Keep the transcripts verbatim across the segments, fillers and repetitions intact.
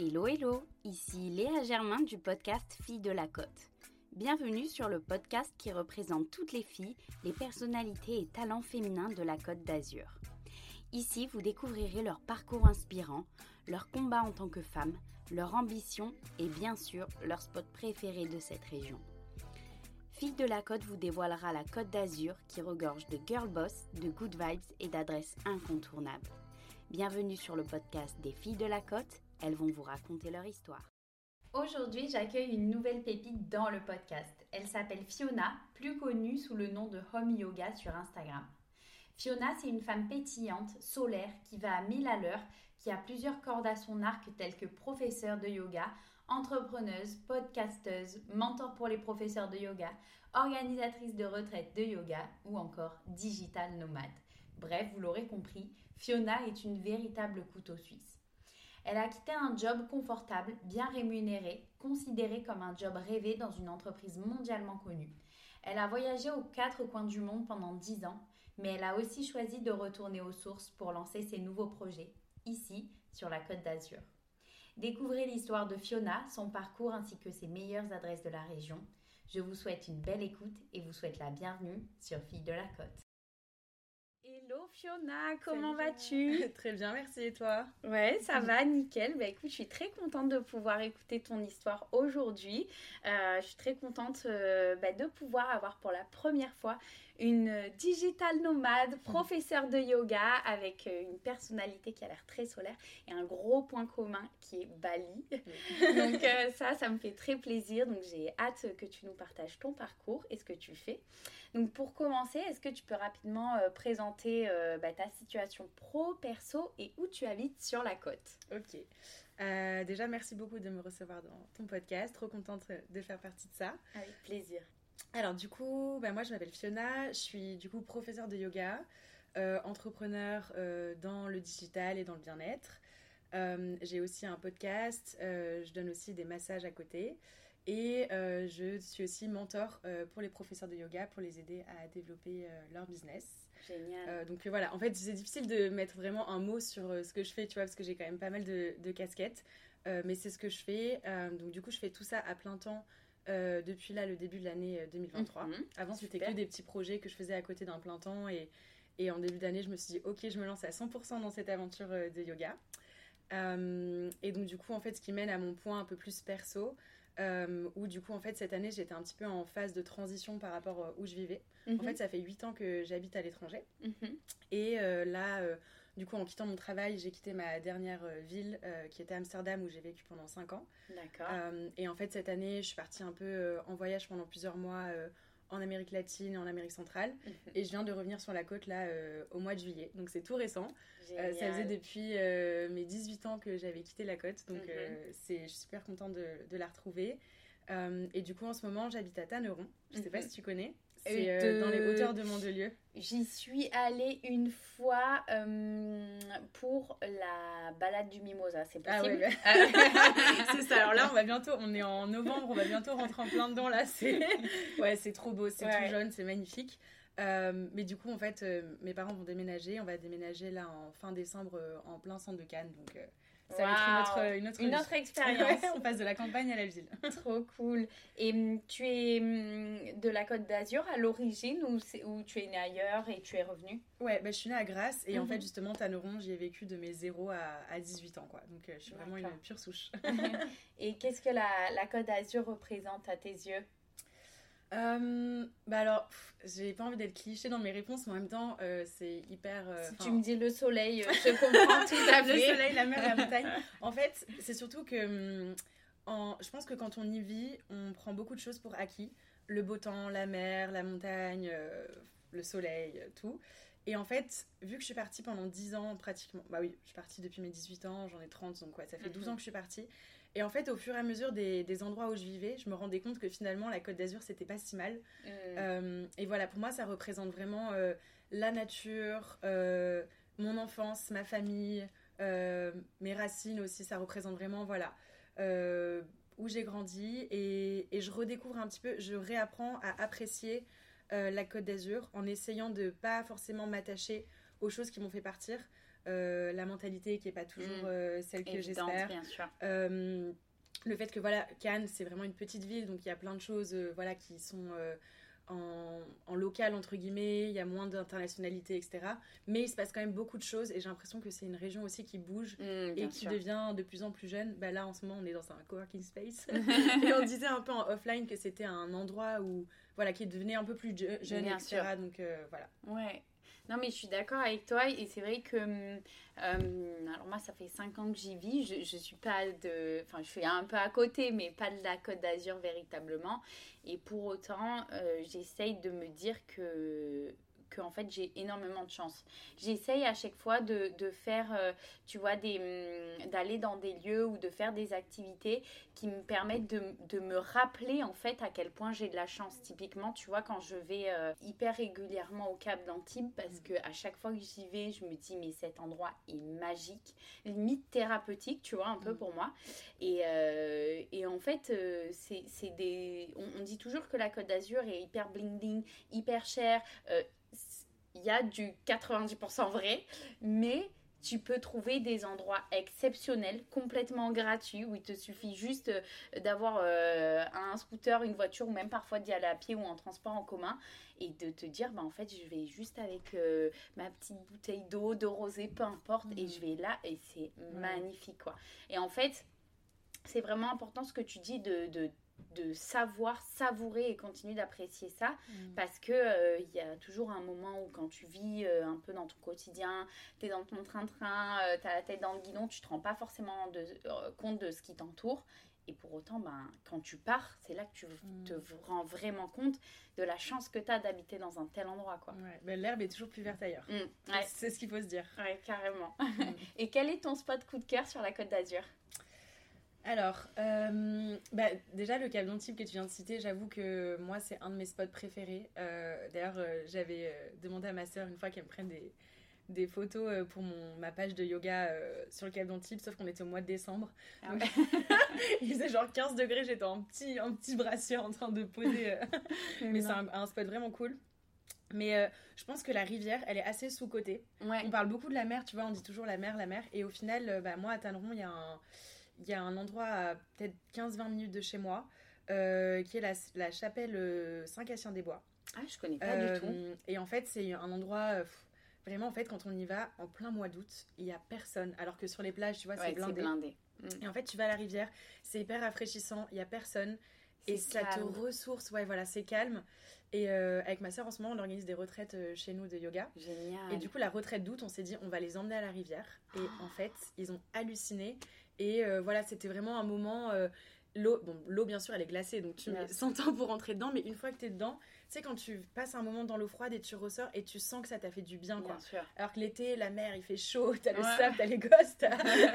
Hello hello, ici Léa Germain du podcast Filles de la Côte. Bienvenue sur le podcast qui représente toutes les filles, les personnalités et talents féminins de la Côte d'Azur. Ici, vous découvrirez leur parcours inspirant, leur combat en tant que femmes, leur ambition et bien sûr leur spot préféré de cette région. Filles de la Côte vous dévoilera la Côte d'Azur qui regorge de girl boss, de good vibes et d'adresses incontournables. Bienvenue sur le podcast des Filles de la Côte, elles vont vous raconter leur histoire. Aujourd'hui, j'accueille une nouvelle pépite dans le podcast. Elle s'appelle Fiona, plus connue sous le nom de Home Yoga sur Instagram. Fiona, c'est une femme pétillante, solaire, qui va à mille à l'heure, qui a plusieurs cordes à son arc telles que professeure de yoga, entrepreneuse, podcasteuse, mentor pour les professeurs de yoga, organisatrice de retraite de yoga ou encore digital nomade. Bref, vous l'aurez compris, Fiona est une véritable couteau suisse. Elle a quitté un job confortable, bien rémunéré, considéré comme un job rêvé dans une entreprise mondialement connue. Elle a voyagé aux quatre coins du monde pendant dix ans, mais elle a aussi choisi de retourner aux sources pour lancer ses nouveaux projets, ici, sur la Côte d'Azur. Découvrez l'histoire de Fiona, son parcours ainsi que ses meilleures adresses de la région. Je vous souhaite une belle écoute et vous souhaite la bienvenue sur Filles de la Côte. Hello Fiona, comment Salut. vas-tu? Très bien, merci, et toi? Ouais, ça va, nickel. Bah écoute, je suis très contente de pouvoir écouter ton histoire aujourd'hui. Euh, je suis très contente euh, bah, de pouvoir avoir pour la première fois une digital nomade, professeure de yoga avec euh, une personnalité qui a l'air très solaire et un gros point commun qui est Bali. Donc euh, ça, ça me fait très plaisir. Donc j'ai hâte que tu nous partages ton parcours et ce que tu fais. Donc pour commencer, est-ce que tu peux rapidement euh, présenter euh, bah, ta situation pro, perso et où tu habites sur la côte? Ok. Euh, déjà, merci beaucoup de me recevoir dans ton podcast. Trop contente de faire partie de ça. Avec plaisir. Alors du coup, bah, moi je m'appelle Fiona, je suis du coup professeure de yoga, euh, entrepreneur euh, dans le digital et dans le bien-être. Euh, j'ai aussi un podcast, euh, je donne aussi des massages à côté. Et euh, je suis aussi mentor euh, pour les professeurs de yoga pour les aider à développer euh, leur business. Génial. Euh, donc euh, voilà, en fait c'est difficile de mettre vraiment un mot sur euh, ce que je fais, tu vois, parce que j'ai quand même pas mal de, de casquettes. Euh, mais c'est ce que je fais. Euh, donc du coup je fais tout ça à plein temps euh, depuis là le début de l'année deux mille vingt-trois. Mmh, Avant c'était super. que des petits projets que je faisais à côté d'un plein temps. Et, et en début d'année je me suis dit ok, je me lance à cent pour cent dans cette aventure euh, de yoga. Euh, et donc du coup en fait ce qui mène à mon point un peu plus perso. Euh, où du coup en fait cette année j'étais un petit peu en phase de transition par rapport à où je vivais. Mm-hmm. En fait ça fait huit ans que j'habite à l'étranger. Mm-hmm. Et euh, là euh, du coup en quittant mon travail j'ai quitté ma dernière euh, ville euh, qui était Amsterdam où j'ai vécu pendant cinq ans. D'accord. Euh, et en fait cette année je suis partie un peu euh, en voyage pendant plusieurs mois euh, en Amérique latine et en Amérique centrale. Mm-hmm. Et je viens de revenir sur la côte là euh, au mois de juillet, donc c'est tout récent. Euh, ça faisait depuis euh, mes dix-huit ans que j'avais quitté la côte, donc mm-hmm. euh, c'est, je suis super contente de, de la retrouver. Euh, et du coup en ce moment j'habite à Tanneron, je sais mm-hmm. pas si tu connais, c'est euh, de... dans les hauteurs de Mandelieu. J'y suis allée une fois euh, pour la balade du Mimosa, c'est possible? Ah ouais, bah... c'est ça, alors là on va bientôt, on est en novembre, on va bientôt rentrer en plein dedans là, c'est, ouais, c'est trop beau, c'est ouais. tout jaune, c'est magnifique. Euh, mais du coup en fait euh, mes parents vont déménager, on va déménager là en fin décembre euh, en plein centre de Cannes, donc euh, ça wow. va être une autre, une autre, une autre expérience. Ouais, on passe de la campagne à la ville. Trop cool. Et tu es de la Côte d'Azur à l'origine ou, c'est, ou tu es née ailleurs et tu es revenue? Ouais, bah, je suis née à Grasse et mm-hmm. en fait justement Tanneron j'y ai vécu de mes zéro à, à dix-huit ans quoi. Donc euh, je suis D'accord. vraiment une pure souche. Et qu'est-ce que la, la Côte d'Azur représente à tes yeux? Euh, bah alors, pff, j'ai pas envie d'être cliché dans mes réponses, mais en même temps, euh, c'est hyper... Euh, si tu me dis le soleil, euh, je comprends tout à fait. Le soleil, la mer, la montagne. En fait, c'est surtout que... En, je pense que quand on y vit, on prend beaucoup de choses pour acquis. Le beau temps, la mer, la montagne, euh, le soleil, tout. Et en fait, vu que je suis partie pendant dix ans pratiquement... Bah oui, je suis partie depuis mes dix-huit ans, j'en ai trente, donc ouais, ça fait douze ans que je suis partie. Et en fait, au fur et à mesure des, des endroits où je vivais, je me rendais compte que finalement, la Côte d'Azur, c'était pas si mal. Mmh. Euh, et voilà, pour moi, ça représente vraiment euh, la nature, euh, mon enfance, ma famille, euh, mes racines aussi. Ça représente vraiment, voilà, euh, où j'ai grandi. Et, et je redécouvre un petit peu, je réapprends à apprécier euh, la Côte d'Azur en essayant de pas forcément m'attacher aux choses qui m'ont fait partir. euh, la mentalité qui est pas toujours euh, celle que Évidente, j'espère. bien sûr. Euh, le fait que voilà, Cannes, c'est vraiment une petite ville, donc il y a plein de choses euh, voilà, qui sont euh, en, en local, entre guillemets, il y a moins d'internationalité, et cetera. Mais il se passe quand même beaucoup de choses et j'ai l'impression que c'est une région aussi qui bouge Mmh, et qui sûr. devient de plus en plus jeune. Bah là, en ce moment, on est dans un coworking space et on disait un peu en offline que c'était un endroit où, voilà, qui devenait un peu plus je- jeune, Bien et cetera. sûr. Donc euh, voilà. Ouais. Non, mais je suis d'accord avec toi et c'est vrai que, euh, alors moi, ça fait cinq ans que j'y vis. Je, je suis pas de, enfin, je suis un peu à côté, mais pas de la Côte d'Azur véritablement. Et pour autant, euh, j'essaye de me dire que que en fait j'ai énormément de chance. J'essaye à chaque fois de, de faire, euh, tu vois, des, hum, d'aller dans des lieux ou de faire des activités qui me permettent de, de me rappeler en fait à quel point j'ai de la chance. Typiquement, tu vois, quand je vais euh, hyper régulièrement au Cap d'Antibes, parce que à chaque fois que j'y vais, je me dis mais cet endroit est magique, limite thérapeutique, tu vois, un peu pour moi. Et, euh, et en fait, euh, c'est, c'est des... On, on dit toujours que la Côte d'Azur est hyper bling bling, hyper chère. Euh, il y a du quatre-vingt-dix pour cent vrai, mais tu peux trouver des endroits exceptionnels, complètement gratuits, où il te suffit juste euh, d'avoir euh, un scooter, une voiture, ou même parfois d'y aller à pied ou en transport en commun, et de te dire, bah, en fait, je vais juste avec euh, ma petite bouteille d'eau, de rosé, peu importe, mmh. et je vais là, et c'est ouais. magnifique, quoi. Et en fait, c'est vraiment important ce que tu dis de... de de savoir savourer et continuer d'apprécier ça mmh. parce que euh, y a toujours un moment où quand tu vis euh, un peu dans ton quotidien, t'es dans ton train-train, euh, t'as la tête dans le guidon, tu te rends pas forcément de, euh, compte de ce qui t'entoure et pour autant ben, quand tu pars c'est là que tu mmh. te rends vraiment compte de la chance que t'as d'habiter dans un tel endroit quoi. Ouais, ben, l'herbe est toujours plus verte ailleurs mmh. ouais. c'est ce qu'il faut se dire. Ouais, carrément. Mmh. Et quel est ton spot coup de cœur sur la Côte d'Azur? Alors, euh, bah, déjà le Cap d'Antibes que tu viens de citer, j'avoue que moi c'est un de mes spots préférés. Euh, d'ailleurs, euh, j'avais euh, demandé à ma sœur une fois qu'elle me prenne des, des photos euh, pour mon, ma page de yoga euh, sur le Cap d'Antibes, sauf qu'on était au mois de décembre. Ah ouais. Il faisait genre quinze degrés, j'étais en petit, en petit brassier en train de poser. Euh, mais c'est un, un spot vraiment cool. Mais euh, je pense que la rivière, elle est assez sous-cotée. Ouais. On parle beaucoup de la mer, tu vois, on dit toujours la mer, la mer. Et au final, euh, bah, moi à Tanneron, il y a un... Il y a un endroit à peut-être quinze à vingt minutes de chez moi euh, qui est la, la chapelle euh, Saint-Cassien-des-Bois. Ah, je connais pas euh, du tout. Et en fait, c'est un endroit... Euh, vraiment, en fait, quand on y va en plein mois d'août, il n'y a personne. Alors que sur les plages, tu vois, ouais, c'est blindé. C'est blindé. Mm. Et en fait, tu vas à la rivière, c'est hyper rafraîchissant, il n'y a personne. C'est et ça calme. Te ressource. Ouais, voilà, c'est calme. Et euh, avec ma sœur, en ce moment, on organise des retraites euh, chez nous de yoga. Génial. Et du coup, la retraite d'août, on s'est dit, on va les emmener à la rivière. Et oh. en fait, ils ont halluciné. Et euh, voilà, c'était vraiment un moment... Euh, l'eau, bon, l'eau, bien sûr, elle est glacée, donc tu mets cent ans pour rentrer dedans. Mais une fois que t'es dedans, tu sais, quand tu passes un moment dans l'eau froide et tu ressors et tu sens que ça t'a fait du bien, quoi. Bien sûr. Alors que l'été, la mer, il fait chaud, t'as le ouais. sable, t'as les gosses, t'as...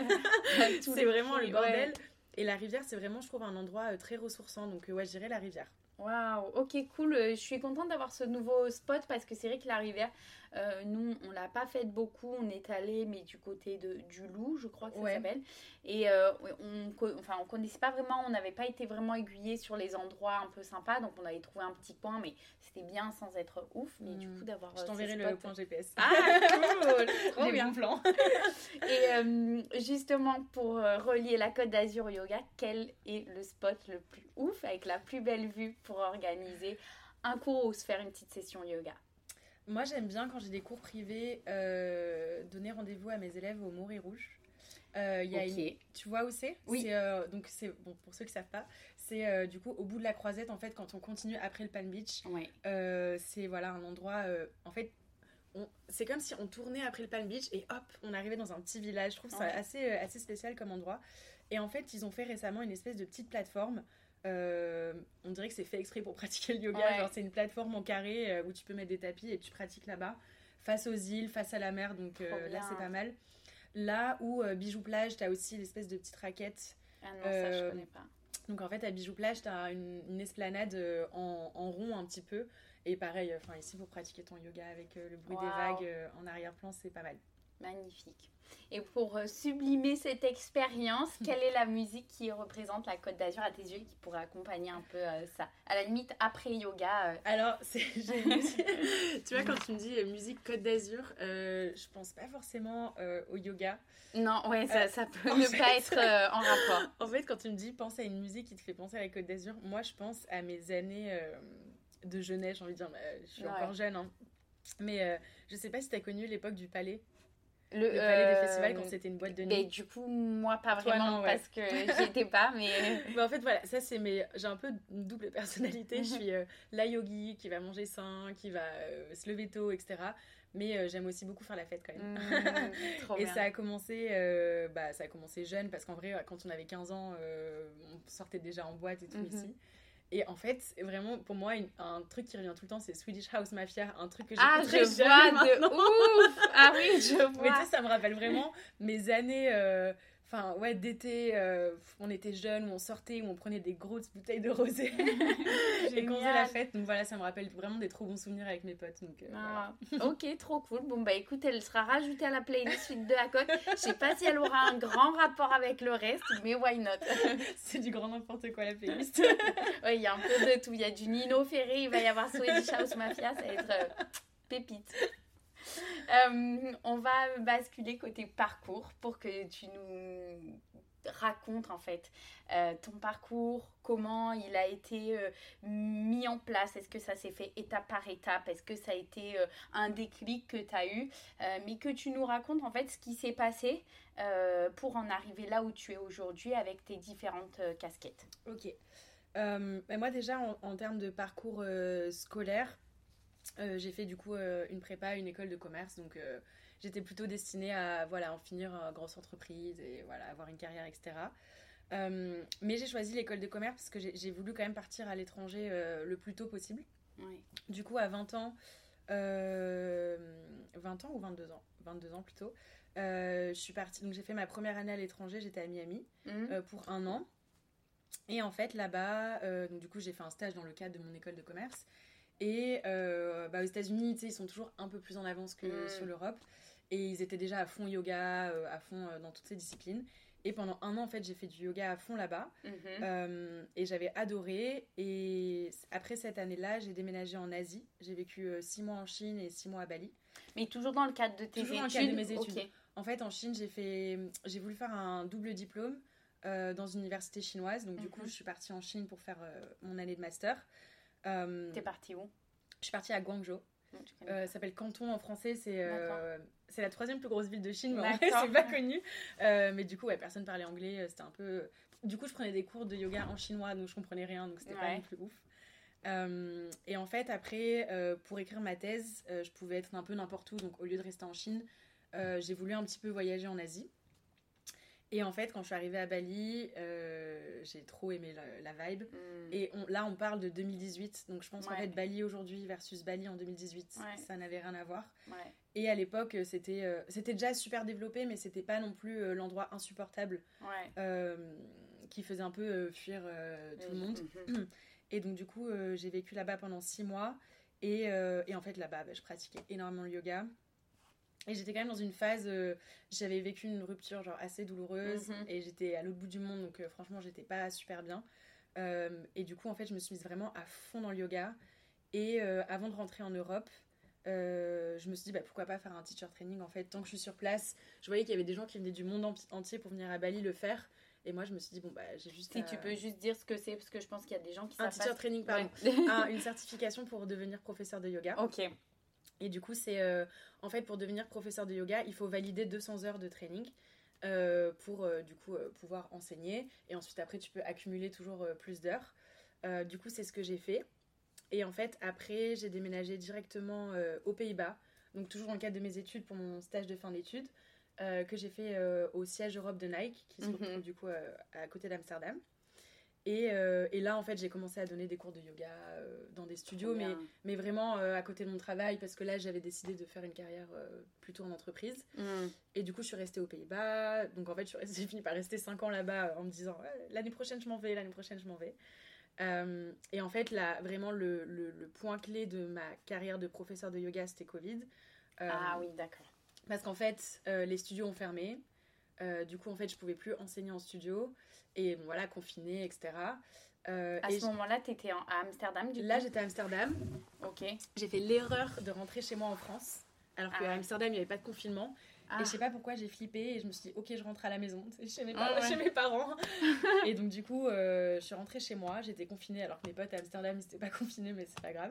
c'est vraiment le bordel. Ouais. Et la rivière, c'est vraiment, je trouve, un endroit euh, très ressourçant. Donc, euh, ouais, je dirais la rivière. Waouh, ok, cool. Je suis contente d'avoir ce nouveau spot parce que c'est vrai que la rivière, euh, nous, on l'a pas faite beaucoup. On est allé, mais du côté de, du Loup, je crois que ça ouais. s'appelle. Et euh, on, enfin, on connaissait pas vraiment, on n'avait pas été vraiment aiguillés sur les endroits un peu sympas. Donc, on avait trouvé un petit coin, mais c'était bien sans être ouf. Mais mmh. du coup, d'avoir. Je t'enverrai le point G P S. Ah, cool. Trop J'ai bien. Bon plan. Et euh, justement, pour euh, relier la Côte d'Azur au yoga, quel est le spot le plus ouf avec la plus belle vue pour organiser un cours ou se faire une petite session yoga? Moi, j'aime bien quand j'ai des cours privés euh, donner rendez-vous à mes élèves au Morée Rouge. Euh, y a okay. une... Tu vois où c'est? Oui. C'est, euh, donc c'est bon pour ceux qui savent pas. C'est euh, du coup au bout de la Croisette en fait quand on continue après le Palm Beach. Ouais. Euh, c'est voilà un endroit euh, en fait. On... C'est comme si on tournait après le Palm Beach et hop on arrivait dans un petit village. Je trouve ça ouais. assez euh, assez spécial comme endroit. Et en fait ils ont fait récemment une espèce de petite plateforme. Euh, on dirait que c'est fait exprès pour pratiquer le yoga. Ouais. Genre, c'est une plateforme en carré euh, où tu peux mettre des tapis et tu pratiques là-bas, face aux îles, face à la mer. Donc euh, là, c'est pas mal. Là où euh, Bijou Plage, t'as aussi l'espèce de petite raquette. Ah non, euh, ça, je connais pas. Donc en fait, à Bijou Plage, t'as une, une esplanade euh, en, en rond un petit peu. Et pareil, enfin ici, pour pratiquer ton yoga avec euh, le bruit wow. des vagues euh, en arrière-plan, c'est pas mal. Magnifique. Et pour euh, sublimer cette expérience, quelle est la musique qui représente la Côte d'Azur à tes yeux, qui pourrait accompagner un peu euh, ça? À la limite, après yoga. Euh... Alors, c'est, j'ai tu vois, quand tu me dis euh, musique Côte d'Azur, euh, je pense pas forcément euh, au yoga. Non, ouais, ça, Euh, ça peut ne fait, pas être euh, en rapport. En fait, quand tu me dis pense à une musique qui te fait penser à la Côte d'Azur, moi, je pense à mes années euh, de jeunesse, j'ai envie de dire, euh, je suis ouais. encore jeune, hein. Mais euh, je sais pas si tu as connu l'époque du Palais. Le, le Palais euh, des festivals, quand c'était une boîte de nuit. Mais du coup, moi, pas vraiment. Toi, non, ouais. Parce que j'y étais pas, mais... mais en fait, voilà, ça, c'est mes... J'ai un peu une double personnalité. Je suis euh, la yogi qui va manger sain, qui va euh, se lever tôt, et cetera. Mais euh, j'aime aussi beaucoup faire la fête, quand même. Mmh, trop Et bien. ça a commencé... Euh, bah, ça a commencé jeune, parce qu'en vrai, quand on avait quinze ans, euh, on sortait déjà en boîte et tout mmh. ici. Et en fait, vraiment, pour moi, une, un truc qui revient tout le temps, c'est Swedish House Mafia, un truc que ah, j'écoute je vois de ouf. Ah oui, je vois. Mais tu sais, ça me rappelle vraiment mes années, enfin, euh, ouais, d'été, euh, on était jeunes, où on sortait, où on prenait des grosses bouteilles de rosé et qu'on faisait la fête. Donc voilà, ça me rappelle vraiment des trop bons souvenirs avec mes potes. Donc, euh, ah, voilà. Ok, trop cool. Bon, bah écoute, elle sera rajoutée à la playlist Suite de la Côte. Je sais pas si elle aura un grand rapport avec le reste, mais why not? C'est du grand n'importe quoi, la playlist. Oui, il y a un peu de tout. Il y a du Nino Ferré, il va y avoir Swedish House Mafia, ça va être euh, pépite. Euh, on va basculer côté parcours pour que tu nous racontes en fait euh, ton parcours, comment il a été euh, mis en place, est-ce que ça s'est fait étape par étape, est-ce que ça a été euh, un déclic que tu as eu, euh, mais que tu nous racontes en fait ce qui s'est passé euh, pour en arriver là où tu es aujourd'hui avec tes différentes euh, casquettes. Ok. Euh, bah moi déjà en, en termes de parcours euh, scolaire, Euh, j'ai fait du coup euh, une prépa, une école de commerce, donc euh, j'étais plutôt destinée à voilà, en finir en grosse entreprise et voilà, avoir une carrière, et cetera. Euh, mais j'ai choisi l'école de commerce parce que j'ai, j'ai voulu quand même partir à l'étranger euh, le plus tôt possible. Oui. Du coup, à vingt ans, euh, vingt ans ou vingt-deux ans vingt-deux ans plutôt, euh, je suis partie, donc j'ai fait ma première année à l'étranger, j'étais à Miami mmh. euh, pour un an. Et en fait, là-bas, euh, donc, du coup, j'ai fait un stage dans le cadre de mon école de commerce. Et euh, bah aux États-Unis, tu sais, ils sont toujours un peu plus en avance que mmh. sur l'Europe. Et ils étaient déjà à fond yoga, euh, à fond euh, dans toutes ces disciplines. Et pendant un an, en fait, j'ai fait du yoga à fond là-bas. Mmh. Euh, et j'avais adoré. Et après cette année-là, j'ai déménagé en Asie. J'ai vécu euh, six mois en Chine et six mois à Bali. Mais toujours dans le cadre de tes toujours études? Toujours dans le cadre de mes études. Okay. En fait, en Chine, j'ai, fait... j'ai voulu faire un double diplôme euh, dans une université chinoise. Donc, mmh. du coup, je suis partie en Chine pour faire euh, mon année de master. Euh... T'es partie où? Je suis partie à Guangzhou. Euh, ça s'appelle Canton en français. C'est, euh, c'est la troisième plus grosse ville de Chine, mais en vrai, c'est pas connu. Euh, mais du coup, ouais, personne parlait anglais. C'était un peu... Du coup, je prenais des cours de yoga en chinois, donc je comprenais rien, donc c'était ouais. pas non plus ouf. Euh, et en fait, après, euh, pour écrire ma thèse, euh, je pouvais être un peu n'importe où. Donc, au lieu de rester en Chine, euh, j'ai voulu un petit peu voyager en Asie. Et en fait, quand je suis arrivée à Bali, euh, j'ai trop aimé la, la vibe. Mm. Et on, là, on parle de deux mille dix-huit. Donc, je pense ouais. qu'en fait, Bali aujourd'hui versus Bali en deux mille dix-huit, ouais. ça n'avait rien à voir. Ouais. Et à l'époque, c'était, euh, c'était déjà super développé, mais c'était pas non plus euh, l'endroit insupportable ouais. euh, qui faisait un peu euh, fuir euh, tout mm. le monde. Mm-hmm. Et donc, du coup, euh, j'ai vécu là-bas pendant six mois. Et, euh, et en fait, là-bas, bah, je pratiquais énormément le yoga. Et j'étais quand même dans une phase, euh, j'avais vécu une rupture genre assez douloureuse mm-hmm. et j'étais à l'autre bout du monde, donc euh, franchement j'étais pas super bien. Euh, et du coup en fait je me suis mise vraiment à fond dans le yoga. Et euh, avant de rentrer en Europe, euh, je me suis dit bah, pourquoi pas faire un teacher training en fait. Tant que je suis sur place, je voyais qu'il y avait des gens qui venaient du monde entier pour venir à Bali le faire. Et moi je me suis dit bon bah j'ai juste si à... tu peux juste dire ce que c'est parce que je pense qu'il y a des gens qui un savent teacher pas... training pardon ouais. ah, une certification pour devenir professeur de yoga. Ok. Et du coup, c'est euh, en fait pour devenir professeur de yoga, il faut valider deux cents heures de training euh, pour euh, du coup euh, pouvoir enseigner. Et ensuite, après, tu peux accumuler toujours euh, plus d'heures. Euh, du coup, c'est ce que j'ai fait. Et en fait, après, j'ai déménagé directement euh, aux Pays-Bas. Donc, toujours dans le cadre de mes études pour mon stage de fin d'études euh, que j'ai fait euh, au siège Europe de Nike, qui se trouve mm-hmm. du coup euh, à côté d'Amsterdam. Et, euh, et là, en fait, j'ai commencé à donner des cours de yoga euh, dans des studios, mais, mais vraiment euh, à côté de mon travail, parce que là, j'avais décidé de faire une carrière euh, plutôt en entreprise. Mm. Et du coup, je suis restée aux Pays-Bas. Donc, en fait, je suis restée, j'ai fini par rester cinq ans là-bas en me disant ouais, l'année prochaine, je m'en vais, l'année prochaine, je m'en vais. Euh, et en fait, là, vraiment, le, le, le point clé de ma carrière de professeur de yoga, c'était Covid. Euh, ah oui, d'accord. Parce qu'en fait, euh, les studios ont fermé. Euh, du coup, en fait, je pouvais plus enseigner en studio. Et bon, voilà, confinée, et cetera. Euh, à et ce moment-là, tu étais à Amsterdam, du coup? Là, j'étais à Amsterdam. Ok. J'ai fait l'erreur de rentrer chez moi en France. Alors Ah qu'à ouais. Amsterdam, il n'y avait pas de confinement. Ah. Et je sais pas pourquoi j'ai flippé. Et je me suis dit, ok, je rentre à la maison, chez mes, Ah par- ouais. chez mes parents. Et donc, du coup, euh, je suis rentrée chez moi. J'étais confinée, alors que mes potes à Amsterdam, ils n'étaient pas confinés, mais c'est pas grave.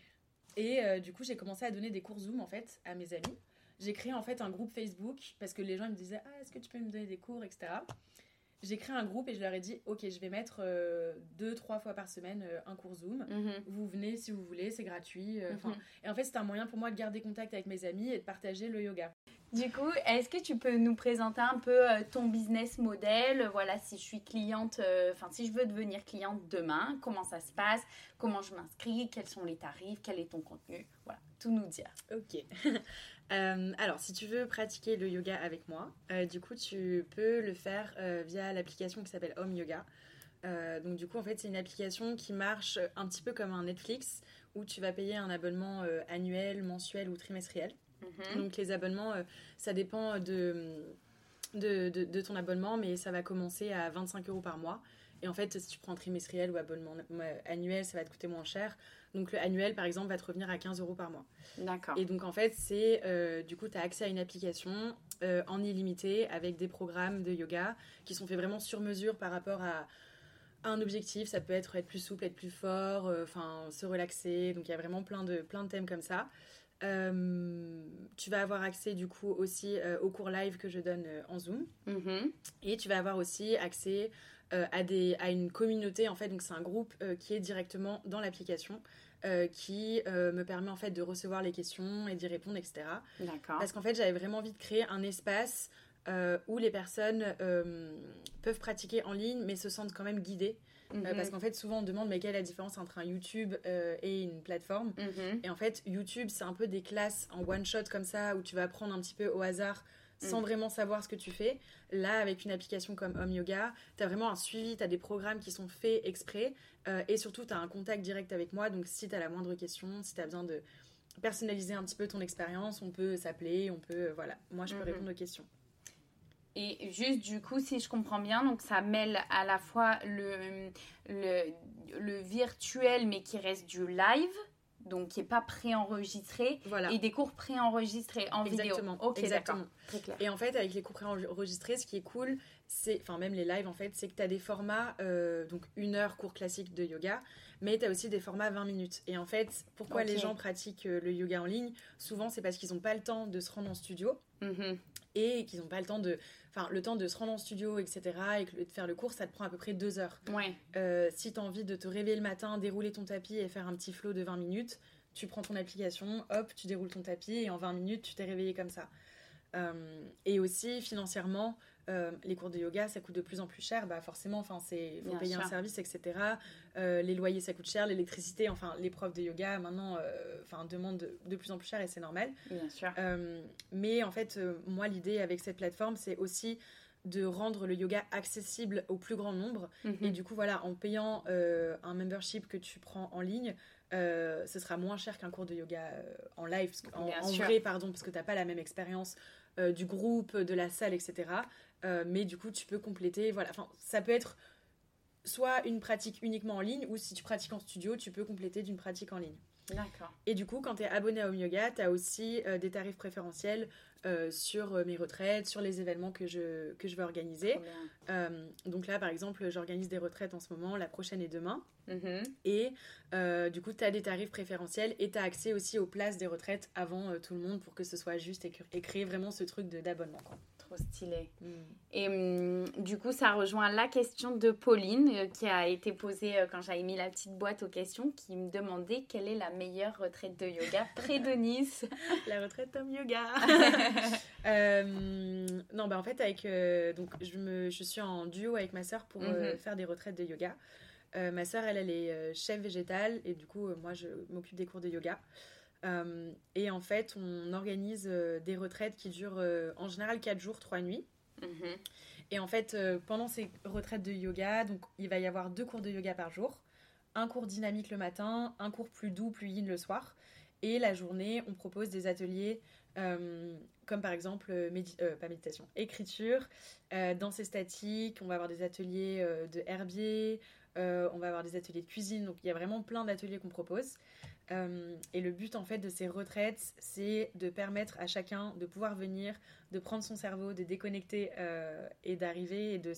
Et euh, du coup, j'ai commencé à donner des cours Zoom, en fait, à mes amis. J'ai créé, en fait, un groupe Facebook, parce que les gens ils me disaient, ah, est-ce que tu peux me donner des cours, et cetera. J'ai créé un groupe et je leur ai dit, ok, je vais mettre euh, deux, trois fois par semaine euh, un cours Zoom. Mm-hmm. Vous venez si vous voulez, c'est gratuit. Euh, Mm-hmm. Et en fait, c'est un moyen pour moi de garder contact avec mes amis et de partager le yoga. Du coup, est-ce que tu peux nous présenter un peu euh, ton business model? Voilà, si je suis cliente, enfin, euh, si je veux devenir cliente demain, comment ça se passe? Comment je m'inscris? Quels sont les tarifs? Quel est ton contenu? Voilà, tout nous dire. Ok. euh, alors, si tu veux pratiquer le yoga avec moi, euh, du coup, tu peux le faire euh, via l'application qui s'appelle Home Yoga. Euh, donc, du coup, en fait, c'est une application qui marche un petit peu comme un Netflix où tu vas payer un abonnement euh, annuel, mensuel ou trimestriel. Mmh. Donc les abonnements, euh, ça dépend de, de, de, de ton abonnement, mais ça va commencer à vingt-cinq euros par mois. Et en fait, si tu prends trimestriel ou abonnement annuel, ça va te coûter moins cher. Donc le annuel, par exemple, va te revenir à quinze euros par mois. D'accord. Et donc en fait, c'est euh, du coup, tu as accès à une application euh, en illimité avec des programmes de yoga qui sont faits vraiment sur mesure par rapport à un objectif. Ça peut être être plus souple, être plus fort, enfin euh, se relaxer. Donc il y a vraiment plein de, plein de thèmes comme ça. Euh, tu vas avoir accès du coup aussi euh, aux cours live que je donne euh, en Zoom. Mm-hmm. Et tu vas avoir aussi accès euh, à, des, à une communauté en fait. Donc c'est un groupe euh, qui est directement dans l'application euh, qui euh, me permet en fait de recevoir les questions et d'y répondre, et cetera. D'accord. Parce qu'en fait j'avais vraiment envie de créer un espace euh, où les personnes euh, peuvent pratiquer en ligne mais se sentent quand même guidées. Mm-hmm. Euh, parce qu'en fait, souvent, on demande mais quelle est la différence entre un YouTube euh, et une plateforme. Mm-hmm. Et en fait, YouTube, c'est un peu des classes en one-shot comme ça, où tu vas apprendre un petit peu au hasard, sans mm. vraiment savoir ce que tu fais. Là, avec une application comme Home Yoga, tu as vraiment un suivi, tu as des programmes qui sont faits exprès. Euh, et surtout, tu as un contact direct avec moi. Donc, si tu as la moindre question, si tu as besoin de personnaliser un petit peu ton expérience, on peut s'appeler, on peut... Euh, voilà, moi, je peux mm-hmm. répondre aux questions. Et juste du coup, si je comprends bien, donc ça mêle à la fois le, le, le virtuel mais qui reste du live, donc qui n'est pas préenregistré, voilà. et des cours préenregistrés en Exactement. vidéo. Ok, Exactement. d'accord. Très clair. Et en fait, avec les cours préenregistrés, ce qui est cool, c'est, enfin même les lives en fait, c'est que tu as des formats, euh, donc une heure cours classique de yoga, mais tu as aussi des formats vingt minutes. Et en fait, pourquoi okay. les gens pratiquent le yoga en ligne? Souvent, c'est parce qu'ils n'ont pas le temps de se rendre en studio. Mm-hmm. Et qu'ils n'ont pas le temps de... Enfin, le temps de se rendre en studio, et cetera, et de faire le cours, ça te prend à peu près deux heures. Ouais. Euh, si tu as envie de te réveiller le matin, dérouler ton tapis et faire un petit flow de vingt minutes, tu prends ton application, hop, tu déroules ton tapis, et en vingt minutes, tu t'es réveillé comme ça. Euh, et aussi, financièrement, euh, les cours de yoga, ça coûte de plus en plus cher. Bah forcément, enfin, c'est faut Bien payer sûr. un service, et cetera. Euh, les loyers, ça coûte cher. L'électricité, enfin, les profs de yoga, maintenant, euh, enfin, demandent de, de plus en plus cher et c'est normal. Bien sûr. Euh, mais en fait, euh, moi, l'idée avec cette plateforme, c'est aussi de rendre le yoga accessible au plus grand nombre. Mm-hmm. Et du coup, voilà, en payant euh, un membership que tu prends en ligne, euh, ce sera moins cher qu'un cours de yoga euh, en live, parce que, en, en vrai, pardon, parce que tu n'as pas la même expérience euh, du groupe, de la salle, et cetera. Euh, mais du coup, tu peux compléter. Voilà, enfin, ça peut être soit une pratique uniquement en ligne, ou si tu pratiques en studio, tu peux compléter d'une pratique en ligne. D'accord. Et du coup, quand tu es abonné à Home Yoga, tu as aussi euh, des tarifs préférentiels euh, sur euh, mes retraites, sur les événements que je, que je vais organiser. Euh, donc là, par exemple, j'organise des retraites en ce moment, la prochaine est demain. Mm-hmm. Et euh, du coup, tu as des tarifs préférentiels et tu as accès aussi aux places des retraites avant euh, tout le monde pour que ce soit juste et, et créer vraiment ce truc de, d'abonnement, quoi. Trop stylé. Mm. Et hum, du coup, ça rejoint la question de Pauline euh, qui a été posée euh, quand j'avais mis la petite boîte aux questions, qui me demandait quelle est la meilleure retraite de yoga près de Nice. La retraite Home Yoga. euh, non, bah en fait, avec, euh, donc, je, me, je suis en duo avec ma sœur pour mm-hmm. euh, faire des retraites de yoga. Euh, ma sœur, elle, elle est euh, chef végétale et du coup, euh, moi, je m'occupe des cours de yoga. Euh, et en fait, on organise euh, des retraites qui durent euh, en général quatre jours, trois nuits. Mm-hmm. Et en fait, euh, pendant ces retraites de yoga, donc, il va y avoir deux cours de yoga par jour. Un cours dynamique le matin, un cours plus doux, plus yin le soir. Et la journée, on propose des ateliers Euh, comme par exemple, médi- euh, pas méditation, écriture, euh, danse et statique, on va avoir des ateliers euh, de herbier, euh, on va avoir des ateliers de cuisine, donc il y a vraiment plein d'ateliers qu'on propose. Euh, et le but en fait de ces retraites, c'est de permettre à chacun de pouvoir venir, de prendre son cerveau, de déconnecter euh, et d'arriver et de,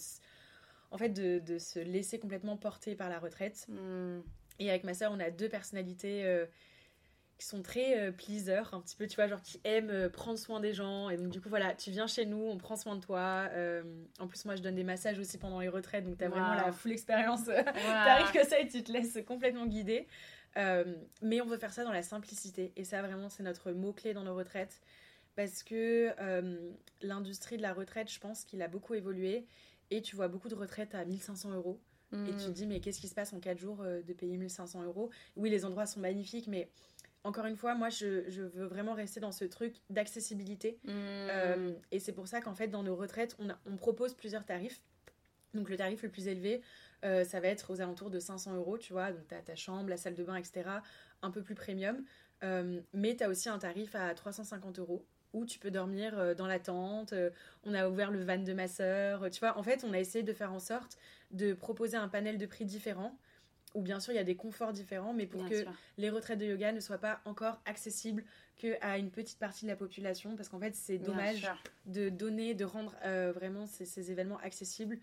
en fait, de, de se laisser complètement porter par la retraite. Mmh. Et avec ma sœur, on a deux personnalités euh, qui sont très euh, pleasers, un petit peu, tu vois, genre qui aiment euh, prendre soin des gens. Et donc, du coup, voilà, tu viens chez nous, on prend soin de toi. Euh, en plus, moi, je donne des massages aussi pendant les retraites, donc t'as wow. vraiment la full expérience. Wow. T'arrives que ça et tu te laisses complètement guider. Euh, mais on veut faire ça dans la simplicité. Et ça, vraiment, c'est notre mot-clé dans nos retraites. Parce que euh, l'industrie de la retraite, je pense qu'il a beaucoup évolué. Et tu vois beaucoup de retraites à mille cinq cents euros. Mmh. Et tu te dis, mais qu'est-ce qui se passe en quatre jours euh, de payer mille cinq cents euros ? Oui, les endroits sont magnifiques, mais encore une fois, moi, je, je veux vraiment rester dans ce truc d'accessibilité. Mmh. Euh, et c'est pour ça qu'en fait, dans nos retraites, on, a, on propose plusieurs tarifs. Donc, le tarif le plus élevé, euh, ça va être aux alentours de cinq cents euros, tu vois. Donc, tu as ta chambre, la salle de bain, et cetera. Un peu plus premium. Euh, mais tu as aussi un tarif à trois cent cinquante euros où tu peux dormir dans la tente. On a ouvert le van de ma sœur. Tu vois, en fait, on a essayé de faire en sorte de proposer un panel de prix différent, où bien sûr, il y a des conforts différents, mais pour bien que sûr. Les retraites de yoga ne soient pas encore accessibles qu'à une petite partie de la population, parce qu'en fait, c'est dommage de donner, de rendre euh, vraiment ces, ces événements accessibles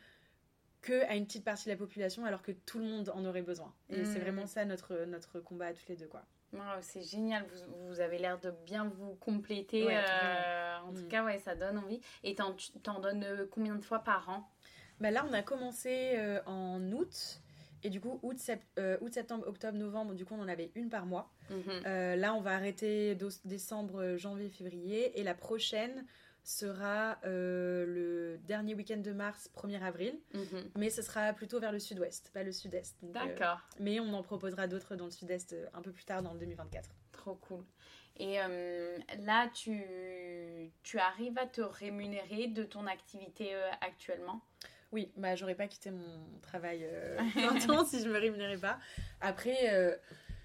qu'à une petite partie de la population, alors que tout le monde en aurait besoin. Et mmh. c'est vraiment ça notre, notre combat à tous les deux, quoi. Wow, c'est génial, vous, vous avez l'air de bien vous compléter, ouais, euh, en mmh. tout cas ouais, ça donne envie. Et t'en, t'en donnes combien de fois par an ? Bah là on a commencé euh, en août, et du coup août, sept, euh, août, septembre, octobre, novembre, du coup on en avait une par mois. Mmh. Euh, là on va arrêter do- décembre, janvier, février, et la prochaine sera euh, le dernier week-end de mars, premier avril, mmh. mais ce sera plutôt vers le sud-ouest, pas le sud-est. Donc, d'accord. Euh, mais on en proposera d'autres dans le sud-est euh, un peu plus tard, dans le deux mille vingt-quatre. Trop cool. Et euh, là, tu, tu arrives à te rémunérer de ton activité euh, actuellement ? Oui, bah, j'aurais pas quitté mon travail euh, plein temps si je me rémunérais pas. Après... Euh,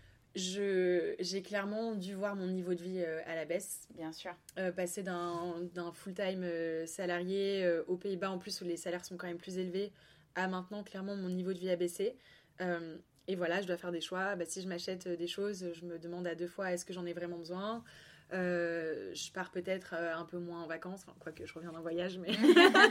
Je, j'ai clairement dû voir mon niveau de vie euh, à la baisse. Bien sûr. Euh, passer d'un, d'un full-time euh, salarié euh, aux Pays-Bas, en plus, où les salaires sont quand même plus élevés, à maintenant, clairement, mon niveau de vie a baissé. Euh, et voilà, je dois faire des choix. Bah, si je m'achète des choses, je me demande à deux fois, est-ce que j'en ai vraiment besoin ? Euh, je pars peut-être euh, un peu moins en vacances, enfin, quoique je reviens d'un voyage, mais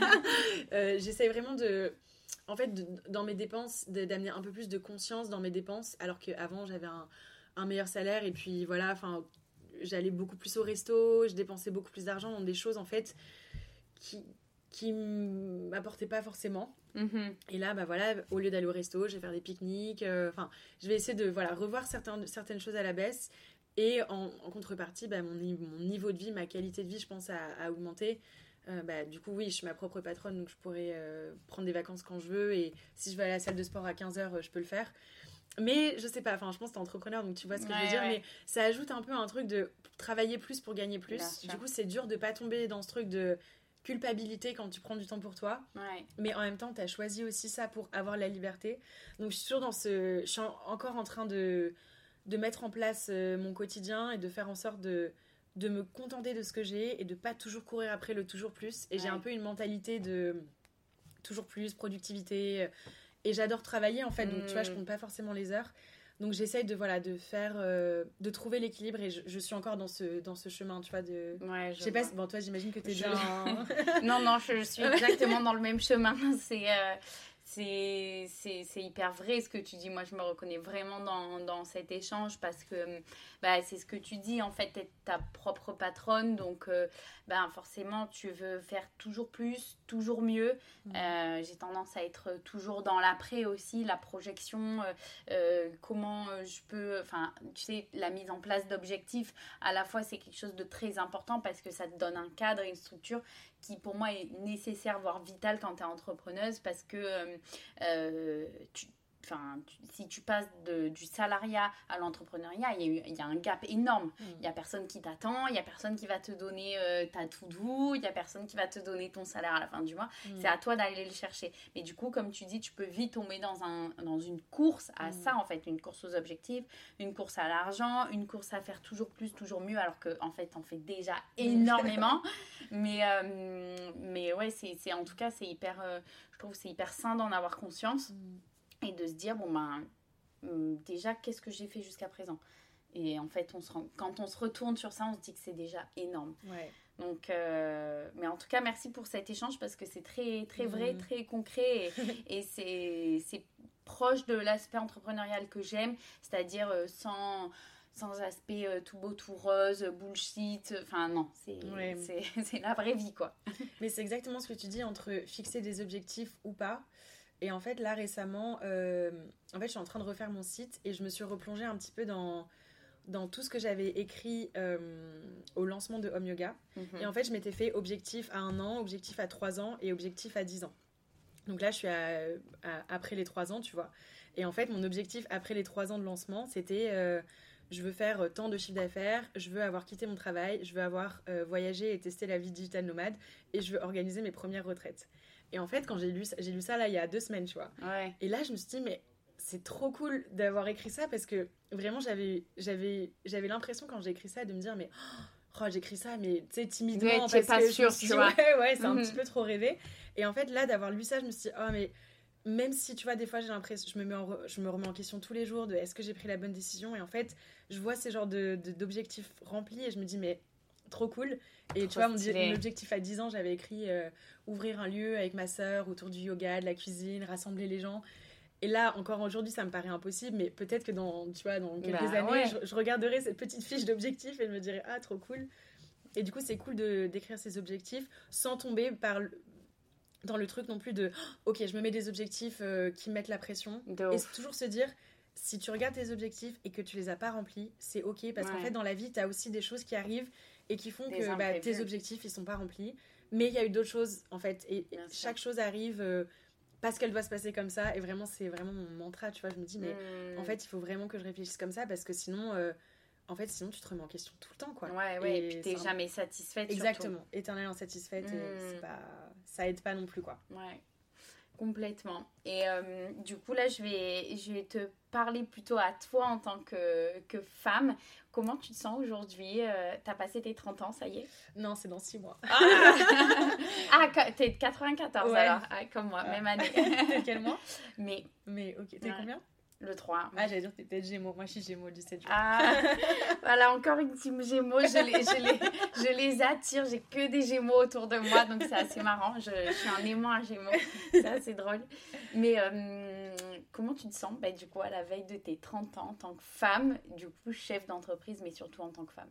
euh, j'essaie vraiment de... En fait, de, dans mes dépenses, de, d'amener un peu plus de conscience dans mes dépenses, alors qu'avant, j'avais un... un meilleur salaire et puis voilà, enfin j'allais beaucoup plus au resto, je dépensais beaucoup plus d'argent dans des choses en fait qui qui m'apportaient pas forcément. Mm-hmm. Et là bah voilà, au lieu d'aller au resto, je vais faire des pique-niques, enfin euh, je vais essayer de voilà revoir certains, certaines choses à la baisse et en, en contrepartie bah, mon, mon niveau de vie, ma qualité de vie je pense a, a augmenté. Euh, bah, du coup oui je suis ma propre patronne donc je pourrais euh, prendre des vacances quand je veux et si je veux aller à la salle de sport à quinze heures je peux le faire. Mais je sais pas, enfin je pense que t'es entrepreneur donc tu vois ce que ouais, je veux dire, ouais. Mais ça ajoute un peu un truc de travailler plus pour gagner plus. Du coup c'est dur de pas tomber dans ce truc de culpabilité quand tu prends du temps pour toi. Ouais. Mais en même temps t'as choisi aussi ça pour avoir la liberté. Donc je suis toujours dans ce... Je suis encore en train de, de mettre en place euh, mon quotidien et de faire en sorte de, de me contenter de ce que j'ai et de pas toujours courir après le toujours plus. Et ouais. J'ai un peu une mentalité de toujours plus, productivité... Et j'adore travailler en fait, donc mmh. tu vois, je compte pas forcément les heures. Donc j'essaye de voilà de faire, euh, de trouver l'équilibre et je, je suis encore dans ce dans ce chemin, tu vois de. Ouais, je, je sais pas, si, bon toi j'imagine que t'es je... déjà. non non, je, je suis exactement dans le même chemin. C'est euh, c'est c'est c'est hyper vrai ce que tu dis. Moi je me reconnais vraiment dans dans cet échange parce que bah c'est ce que tu dis en fait, t'es ta propre patronne donc euh, bah forcément tu veux faire toujours plus, toujours mieux. Mmh. Euh, j'ai tendance à être toujours dans l'après aussi, la projection, euh, euh, comment je peux, enfin tu sais la mise en place d'objectifs à la fois c'est quelque chose de très important parce que ça te donne un cadre et une structure qui pour moi est nécessaire voire vital quand tu es entrepreneuse parce que euh, euh, tu enfin, si tu passes de, du salariat à l'entrepreneuriat, il y a, eu, il y a un gap énorme. Il mmh. n'y a personne qui t'attend, il n'y a personne qui va te donner euh, ta to-do, il n'y a personne qui va te donner ton salaire à la fin du mois. Mmh. C'est à toi d'aller le chercher. Mais du coup, comme tu dis, tu peux vite tomber dans, un, dans une course à mmh. ça, en fait. Une course aux objectifs, une course à l'argent, une course à faire toujours plus, toujours mieux, alors qu'en fait, t'en fais déjà énormément. mais, euh, mais ouais, c'est, c'est, en tout cas, c'est hyper... Euh, je trouve que c'est hyper sain d'en avoir conscience. Mmh. Et de se dire, bon ben, déjà, qu'est-ce que j'ai fait jusqu'à présent ? Et en fait, on se rend, quand on se retourne sur ça, on se dit que c'est déjà énorme. Ouais. Donc, euh, mais en tout cas, merci pour cet échange parce que c'est très, très vrai, mmh. très concret et, et c'est, c'est proche de l'aspect entrepreneurial que j'aime, c'est-à-dire euh, sans... sans aspect euh, tout beau, tout rose, bullshit. Enfin, non, c'est, ouais. c'est, c'est la vraie vie, quoi. Mais c'est exactement ce que tu dis entre fixer des objectifs ou pas. Et en fait, là, récemment, euh, en fait, je suis en train de refaire mon site et je me suis replongée un petit peu dans, dans tout ce que j'avais écrit euh, au lancement de Home Yoga. Mm-hmm. Et en fait, je m'étais fait objectif à un an, objectif à trois ans et objectif à dix ans. Donc là, je suis à, à, après les trois ans, tu vois. Et en fait, mon objectif après les trois ans de lancement, c'était... Euh, je veux faire tant de chiffre d'affaires, je veux avoir quitté mon travail, je veux avoir euh, voyagé et testé la vie digital nomade et je veux organiser mes premières retraites. Et en fait, quand j'ai lu, j'ai lu ça là il y a deux semaines, tu vois. Ouais. Et là, je me suis dit, mais c'est trop cool d'avoir écrit ça parce que vraiment, j'avais, j'avais, j'avais l'impression quand j'ai écrit ça de me dire, mais oh, j'écris ça, mais tu sais, timidement. Ouais, tu n'es pas sûre, tu vois. Ouais, ouais, c'est mm-hmm. un petit peu trop rêvé. Et en fait, là, d'avoir lu ça, je me suis dit, oh, mais même si, tu vois, des fois, j'ai l'impression, je me, mets en re, je me remets en question tous les jours de est-ce que j'ai pris la bonne décision. Et en fait, je vois ces genres de, de, d'objectifs remplis et je me dis, mais trop cool. Et trop tu vois, mon, mon objectif à dix ans, j'avais écrit euh, ouvrir un lieu avec ma sœur autour du yoga, de la cuisine, rassembler les gens. Et là, encore aujourd'hui, ça me paraît impossible, mais peut-être que dans, tu vois, dans quelques bah, années, ouais. je, je regarderai cette petite fiche d'objectifs et je me dirai, ah, trop cool. Et du coup, c'est cool de, d'écrire ces objectifs sans tomber par, dans le truc non plus de, oh, ok, je me mets des objectifs euh, qui mettent la pression. De et c'est toujours se dire, si tu regardes tes objectifs et que tu les as pas remplis, c'est ok, parce ouais. qu'en fait, dans la vie, tu as aussi des choses qui arrivent et qui font des que bah, tes objectifs, ils sont pas remplis. Mais il y a eu d'autres choses, en fait. Et Bien chaque sûr. chose arrive euh, parce qu'elle doit se passer comme ça. Et vraiment, c'est vraiment mon mantra, tu vois. Je me dis, mais mmh. en fait, il faut vraiment que je réfléchisse comme ça parce que sinon, euh, en fait, sinon, tu te remets en question tout le temps, quoi. Ouais, ouais. Et, et puis, t'es jamais un... satisfaite, Exactement. Surtout. Éternelle insatisfaite. Mmh. Et c'est pas... ça aide pas non plus, quoi. Ouais. Complètement. Et euh, du coup, là, je vais, je vais te parler plutôt à toi en tant que, que femme. Comment tu te sens aujourd'hui ? euh, T'as passé tes trente ans, ça y est ? Non, c'est dans six mois. Ah, ah t'es de quatre-vingt-quatorze ouais. alors, ah, comme moi, ouais. même année. T'es quel mois ? Mais, Mais ok, t'es ouais. combien ? Le trois. Ah, j'allais dire que t'étais Gémeaux. Moi, je suis Gémeaux, dix-sept juin. Ah, voilà, encore une team Gémeaux. Je les, je, les, je les attire. J'ai que des Gémeaux autour de moi. Donc, c'est assez marrant. Je, je suis un aimant à Gémeaux. C'est assez drôle. Mais euh, comment tu te sens bah, du coup, à la veille de tes trente ans en tant que femme, du coup, chef d'entreprise, mais surtout en tant que femme ?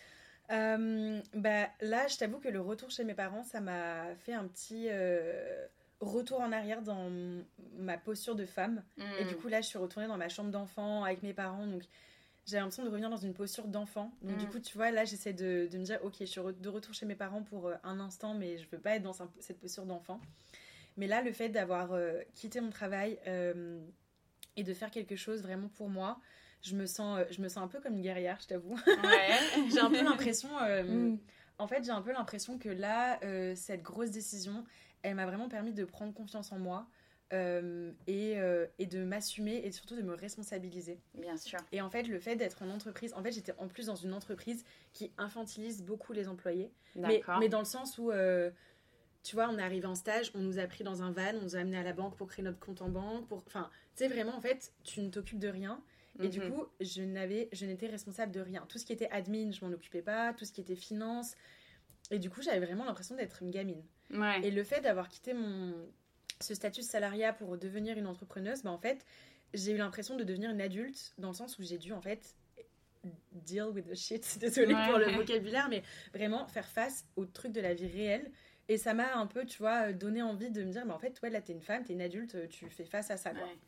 euh, bah, Là, je t'avoue que le retour chez mes parents, ça m'a fait un petit... Euh... retour en arrière dans ma posture de femme. Mmh. Et du coup, là, je suis retournée dans ma chambre d'enfant avec mes parents. Donc, j'ai l'impression de revenir dans une posture d'enfant. Donc, mmh. du coup, tu vois, là, j'essaie de, de me dire, ok, je suis de retour chez mes parents pour euh, un instant, mais je veux pas être dans cette posture d'enfant. Mais là, le fait d'avoir euh, quitté mon travail euh, et de faire quelque chose vraiment pour moi, je me sens, euh, je me sens un peu comme une guerrière, je t'avoue. Ouais. J'ai un peu l'impression... Euh, mmh. En fait, j'ai un peu l'impression que là, euh, cette grosse décision... elle m'a vraiment permis de prendre confiance en moi euh, et, euh, et de m'assumer et surtout de me responsabiliser. Bien sûr. Et en fait, le fait d'être en entreprise... En fait, j'étais en plus dans une entreprise qui infantilise beaucoup les employés. Mais, mais dans le sens où, euh, tu vois, on est arrivé en stage, on nous a pris dans un van, on nous a amené à la banque pour créer notre compte en banque. Pour... Enfin, tu sais, vraiment, en fait, tu ne t'occupes de rien. Et mm-hmm. du coup, je, n'avais, je n'étais responsable de rien. Tout ce qui était admin, je m'en occupais pas. Tout ce qui était finance. Et du coup, j'avais vraiment l'impression d'être une gamine. Ouais. Et le fait d'avoir quitté mon, ce statut de salariat pour devenir une entrepreneuse, bah en fait, j'ai eu l'impression de devenir une adulte dans le sens où j'ai dû en fait deal with the shit, désolée ouais. pour le vocabulaire, mais vraiment faire face aux trucs de la vie réelle. Et ça m'a un peu, tu vois, donné envie de me dire, bah en fait, ouais, là, t'es une femme, t'es une adulte, tu fais face à ça, quoi. Ouais.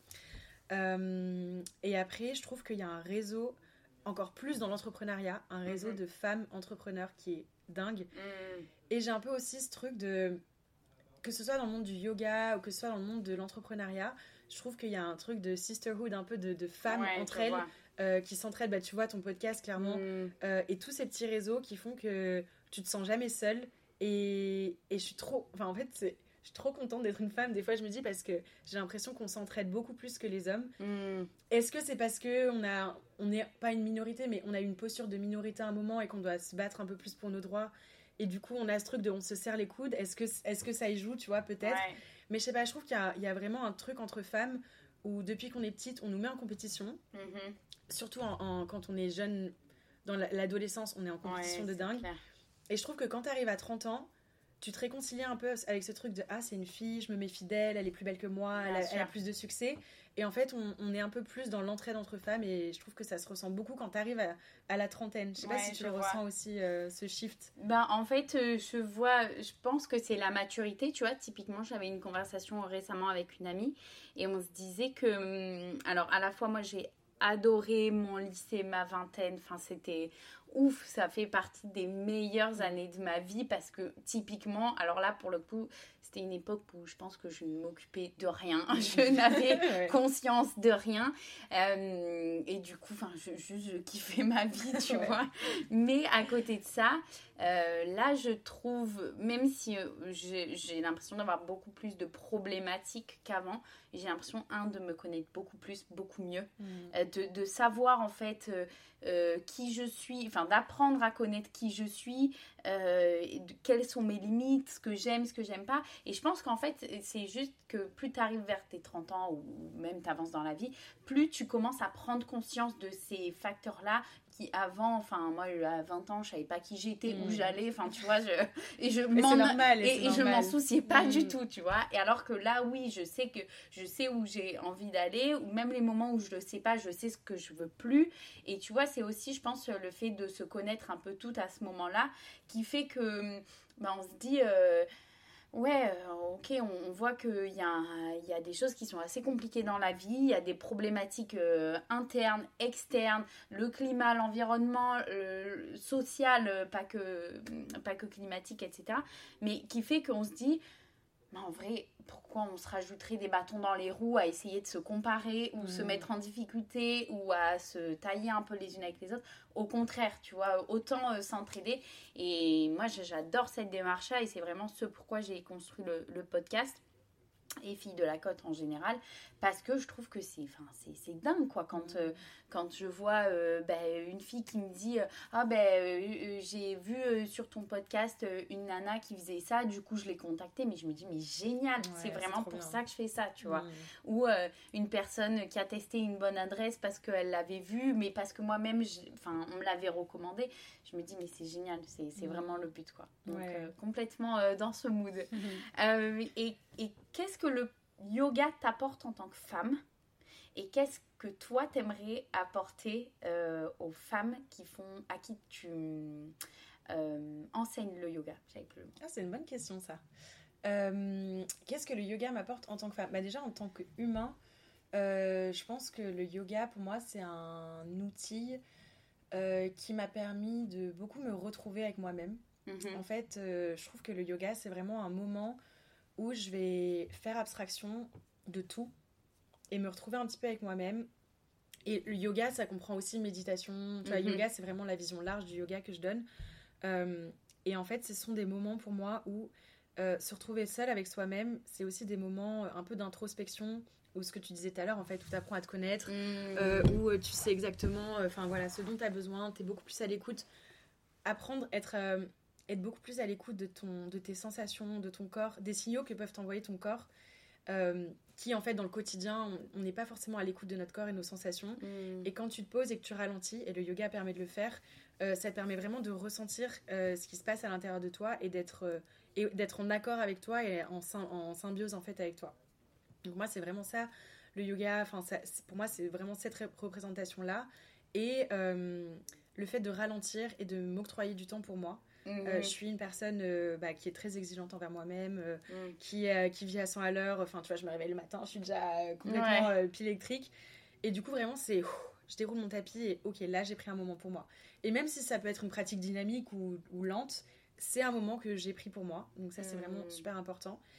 Euh, et après, je trouve qu'il y a un réseau, encore plus dans l'entrepreneuriat, un réseau mm-hmm. de femmes entrepreneurs qui est dingue. Mm. Et j'ai un peu aussi ce truc de... que ce soit dans le monde du yoga ou que ce soit dans le monde de l'entrepreneuriat, je trouve qu'il y a un truc de sisterhood, un peu de, de femmes ouais, entre elles euh, qui s'entraident. Bah, tu vois, ton podcast, clairement, mm. euh, et tous ces petits réseaux qui font que tu te sens jamais seule. Et, et je suis trop... Enfin, en fait, c'est... je suis trop contente d'être une femme. Des fois, je me dis, parce que j'ai l'impression qu'on s'entraide beaucoup plus que les hommes. Mm. Est-ce que c'est parce qu'on a... on n'est pas une minorité, mais on a une posture de minorité à un moment et qu'on doit se battre un peu plus pour nos droits? Et du coup, on a ce truc de on se serre les coudes. Est-ce que, est-ce que ça y joue, tu vois, peut-être ouais. Mais je sais pas, je trouve qu'il y a, il y a vraiment un truc entre femmes où depuis qu'on est petite, on nous met en compétition. Mm-hmm. Surtout en, en, quand on est jeune, dans l'adolescence, on est en compétition ouais, de dingue. Clair. Et je trouve que quand tu arrives à trente ans, tu te réconcilies un peu avec ce truc de « Ah, c'est une fille, je me méfie d'elle, elle est plus belle que moi, elle a, elle a plus de succès. » Et en fait, on, on est un peu plus dans l'entraide entre femmes et je trouve que ça se ressent beaucoup quand tu arrives à, à la trentaine. Je sais ouais, pas si tu le vois. Ressens aussi, euh, ce shift. Ben, en fait, euh, je vois, je pense que c'est la maturité, tu vois. Typiquement, j'avais une conversation récemment avec une amie et on se disait que... Alors, à la fois, moi, j'ai adoré mon lycée, ma vingtaine, enfin, c'était... ouf, ça fait partie des meilleures années de ma vie parce que typiquement, alors là pour le coup, c'était une époque où je pense que je ne m'occupais de rien, je n'avais ouais. conscience de rien euh, et du coup, enfin, je, je, je kiffais ma vie, tu ouais. vois. Mais à côté de ça, euh, là je trouve, même si euh, j'ai, j'ai l'impression d'avoir beaucoup plus de problématiques qu'avant, j'ai l'impression, un, de me connaître beaucoup plus, beaucoup mieux, mm. euh, de, de savoir en fait euh, euh, qui je suis, enfin d'apprendre à connaître qui je suis, euh, quelles sont mes limites, ce que j'aime, ce que j'aime pas. Et je pense qu'en fait, c'est juste que plus tu arrives vers tes trente ans ou même tu avances dans la vie, plus tu commences à prendre conscience de ces facteurs-là qui avant, enfin moi à vingt ans, je savais pas qui j'étais, mmh. où j'allais, enfin tu vois, je, et je mais m'en, c'est normal, et, et, c'est et normal. je m'en souciais pas mmh. du tout, tu vois. Et alors que là, oui, je sais que je sais où j'ai envie d'aller, ou même les moments où je le sais pas, je sais ce que je veux plus. Et tu vois, c'est aussi, je pense, le fait de se connaître un peu toutes à ce moment-là, qui fait que, bah, on se dit. Euh, Ouais, euh, ok, on, on voit qu'il y a, il y a des choses qui sont assez compliquées dans la vie, il y a des problématiques euh, internes, externes, le climat, l'environnement, euh, social, euh, pas que, pas que climatique, et cetera. Mais qui fait qu'on se dit, bah, en vrai, pourquoi on se rajouterait des bâtons dans les roues à essayer de se comparer ou mmh. se mettre en difficulté ou à se tailler un peu les unes avec les autres? Au contraire, tu vois, autant euh, s'entraider. Et moi, j'adore cette démarche-là et c'est vraiment ce pourquoi j'ai construit le, le podcast et Filles de la Côte en général, parce que je trouve que c'est, enfin, c'est, c'est dingue, quoi, quand, euh, quand je vois euh, bah, une fille qui me dit euh, « Ah, ben, euh, j'ai vu euh, sur ton podcast euh, une nana qui faisait ça, du coup, je l'ai contactée. » Mais je me dis « Mais génial, ouais, c'est vraiment c'est pour bien. Ça que je fais ça, tu mmh. vois. » Ou euh, une personne qui a testé une bonne adresse parce qu'elle l'avait vue, mais parce que moi-même, enfin, on me l'avait recommandé. Je me dis « Mais c'est génial, c'est, c'est mmh. vraiment le but, quoi. » Donc, ouais. euh, complètement euh, dans ce mood. Mmh. Euh, et, et qu'est-ce que le yoga t'apporte en tant que femme et qu'est-ce que toi t'aimerais apporter euh, aux femmes qui font, à qui tu euh, enseignes le yoga? J'avais plus le mot. Ah, c'est une bonne question, ça. Euh, qu'est-ce que le yoga m'apporte en tant que femme? Bah, déjà, en tant qu'humain, euh, je pense que le yoga, pour moi, c'est un outil euh, qui m'a permis de beaucoup me retrouver avec moi-même. Mm-hmm. En fait, euh, je trouve que le yoga, c'est vraiment un moment où je vais faire abstraction de tout et me retrouver un petit peu avec moi-même. Et le yoga, ça comprend aussi méditation. Tu vois, mm-hmm. yoga, c'est vraiment la vision large du yoga que je donne. Euh, et en fait, ce sont des moments pour moi où euh, se retrouver seule avec soi-même, c'est aussi des moments un peu d'introspection, ou ce que tu disais tout à l'heure, en fait, où tu apprends à te connaître, mm-hmm. euh, où tu sais exactement enfin, voilà, ce dont tu as besoin, tu es beaucoup plus à l'écoute. Apprendre, être... Euh, être beaucoup plus à l'écoute de, ton, de tes sensations, de ton corps, des signaux que peuvent t'envoyer ton corps, euh, qui en fait dans le quotidien, on n'est pas forcément à l'écoute de notre corps et de nos sensations. Mmh. Et quand tu te poses et que tu ralentis, et le yoga permet de le faire, euh, ça te permet vraiment de ressentir euh, ce qui se passe à l'intérieur de toi et d'être, euh, et d'être en accord avec toi et en, en symbiose en fait avec toi. Donc moi c'est vraiment ça, le yoga, enfin ça, pour moi c'est vraiment cette représentation-là. Et euh, le fait de ralentir et de m'octroyer du temps pour moi. Mmh. Euh, je suis une personne euh, bah, qui est très exigeante envers moi-même, euh, mmh. qui, euh, qui vit à cent à l'heure. Enfin, tu vois, je me réveille le matin, je suis déjà euh, complètement ouais. euh, pile électrique. Et du coup, vraiment, c'est... Ouf, je déroule mon tapis et ok, là, j'ai pris un moment pour moi. Et même si ça peut être une pratique dynamique ou, ou lente, c'est un moment que j'ai pris pour moi. Donc ça, c'est mmh. vraiment super important.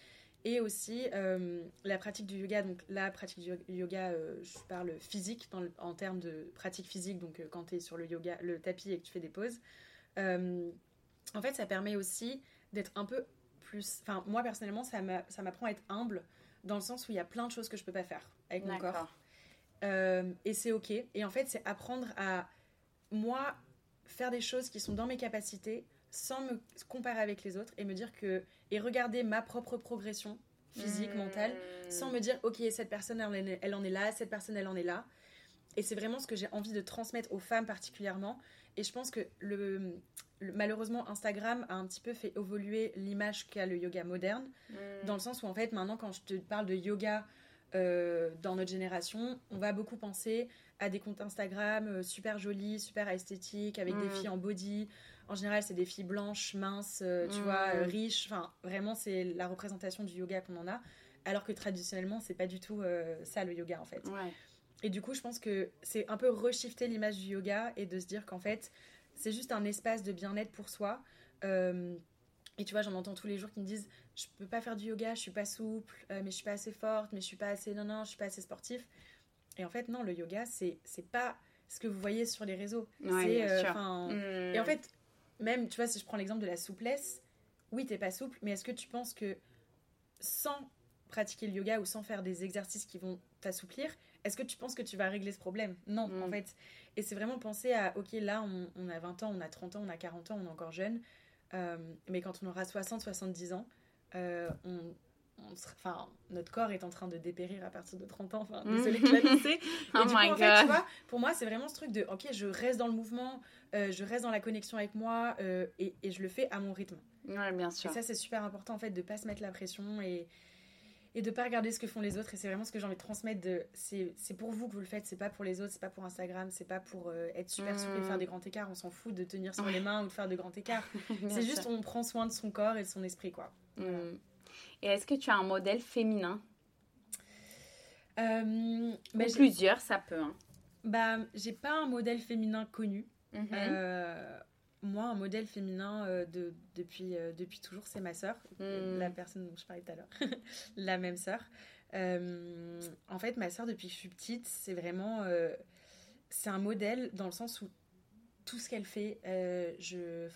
Et aussi euh, la pratique du yoga. Donc la pratique du yoga, euh, je parle physique dans le, en termes de pratique physique. Donc euh, quand tu es sur le yoga, le tapis et que tu fais des pauses. Euh, en fait, ça permet aussi d'être un peu plus... Enfin, moi personnellement, ça, m'a, ça m'apprend à être humble dans le sens où il y a plein de choses que je peux pas faire avec mon corps. Euh, et c'est ok. Et en fait, c'est apprendre à, moi, faire des choses qui sont dans mes capacités sans me comparer avec les autres et me dire que... Et regarder ma propre progression physique, mmh. mentale, sans me dire, ok, cette personne, elle en, est, elle en est là, cette personne, elle en est là. Et c'est vraiment ce que j'ai envie de transmettre aux femmes particulièrement. Et je pense que le, le, malheureusement, Instagram a un petit peu fait évoluer l'image qu'a le yoga moderne, mmh. dans le sens où, en fait, maintenant, quand je te parle de yoga euh, dans notre génération, on va beaucoup penser à des comptes Instagram euh, super jolis, super esthétiques, avec mmh. des filles en body. En général, c'est des filles blanches, minces, euh, tu mmh. vois, euh, riches. Enfin, vraiment, c'est la représentation du yoga qu'on en a. Alors que traditionnellement, c'est pas du tout euh, ça, le yoga, en fait. Ouais. Et du coup, je pense que c'est un peu reshifter l'image du yoga et de se dire qu'en fait, c'est juste un espace de bien-être pour soi. Euh, et tu vois, j'en entends tous les jours qui me disent « Je peux pas faire du yoga, je suis pas souple, euh, mais je suis pas assez forte, mais je suis pas assez... Non, non, je suis pas assez sportif. » Et en fait, non, le yoga, c'est, c'est pas ce que vous voyez sur les réseaux. Ouais, c'est, bien euh, sûr. Mmh. Et en fait... Même, tu vois, si je prends l'exemple de la souplesse, oui, t'es pas souple, mais est-ce que tu penses que sans pratiquer le yoga ou sans faire des exercices qui vont t'assouplir, est-ce que tu penses que tu vas régler ce problème ? Non, mm. en fait. Et c'est vraiment penser à, ok, là, on, on a vingt ans, on a trente ans, on a quarante ans, on est encore jeune, euh, mais quand on aura soixante, soixante-dix ans, euh, on... Enfin, notre corps est en train de dépérir à partir de trente ans. Enfin, désolée que je l'annonçais. Et oh du coup, my en God. fait, tu vois, pour moi, c'est vraiment ce truc de, ok, je reste dans le mouvement, euh, je reste dans la connexion avec moi euh, et, et je le fais à mon rythme. Ouais, bien sûr. Et ça, c'est super important, en fait, de pas se mettre la pression et, et de pas regarder ce que font les autres. Et c'est vraiment ce que j'ai envie de transmettre. De, c'est, c'est pour vous que vous le faites, c'est pas pour les autres, c'est pas pour Instagram, c'est pas pour euh, être super souple mmh. et faire des grands écarts. On s'en fout de tenir sur ouais. les mains ou de faire de grands écarts. C'est juste, sûr. On prend soin de son corps et de son esprit, quoi. Mmh. Voilà. Et est-ce que tu as un modèle féminin ? euh, bah, Ou plusieurs, ça peut. Hein. Bah, j'ai pas un modèle féminin connu. Mm-hmm. Euh, moi, un modèle féminin euh, de, depuis, euh, depuis toujours, c'est ma sœur, mm. la personne dont je parlais tout à l'heure, la même sœur. Euh, en fait, ma sœur, depuis que je suis petite, c'est vraiment... Euh, c'est un modèle dans le sens où tout ce qu'elle fait, euh, je,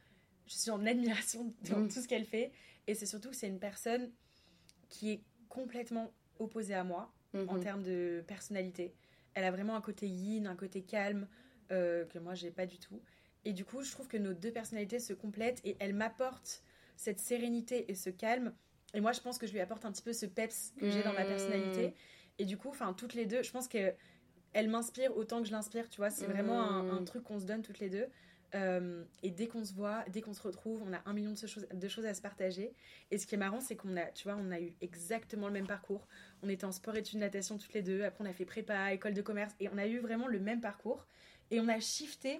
je suis en admiration de mm. tout ce qu'elle fait. Et c'est surtout que c'est une personne qui est complètement opposée à moi mm-hmm. en termes de personnalité. Elle a vraiment un côté yin, un côté calme, euh, que moi, j'ai pas du tout. Et du coup, je trouve que nos deux personnalités se complètent et elle m'apporte cette sérénité et ce calme. Et moi, je pense que je lui apporte un petit peu ce peps que j'ai mmh. dans ma personnalité. Et du coup, toutes les deux, je pense qu'elle m'inspire autant que je l'inspire, tu vois. C'est mmh. vraiment un, un truc qu'on se donne toutes les deux. Euh, et dès qu'on se voit, dès qu'on se retrouve, on a un million de choses, de choses à se partager. Et ce qui est marrant, c'est qu'on a, tu vois, on a eu exactement le même parcours. On était en sport études natation toutes les deux. Après, on a fait prépa, école de commerce. Et on a eu vraiment le même parcours. Et on a shifté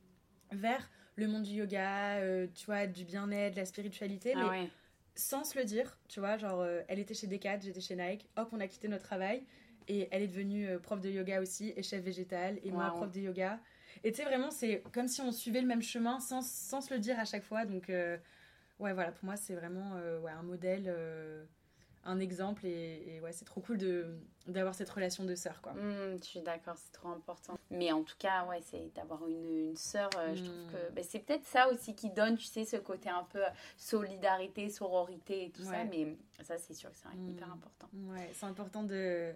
vers le monde du yoga, euh, tu vois, du bien-être, de la spiritualité. Ah mais ouais. sans se le dire, tu vois, genre, euh, elle était chez Decathlon, j'étais chez Nike. Hop, on a quitté notre travail. Et elle est devenue euh, prof de yoga aussi, et chef végétal. Et wow. moi, prof de yoga. Et tu sais, vraiment, c'est comme si on suivait le même chemin sans, sans se le dire à chaque fois. Donc, euh, ouais, voilà, pour moi, c'est vraiment euh, ouais, un modèle, euh, un exemple. Et, et ouais, c'est trop cool de, d'avoir cette relation de sœur, quoi. Mmh, je suis d'accord, c'est trop important. Mais en tout cas, ouais, c'est d'avoir une, une sœur, euh, mmh. je trouve que bah, c'est peut-être ça aussi qui donne, tu sais, ce côté un peu solidarité, sororité et tout ouais. ça. Mais ça, c'est sûr que c'est mmh. hyper important. Ouais, c'est important de...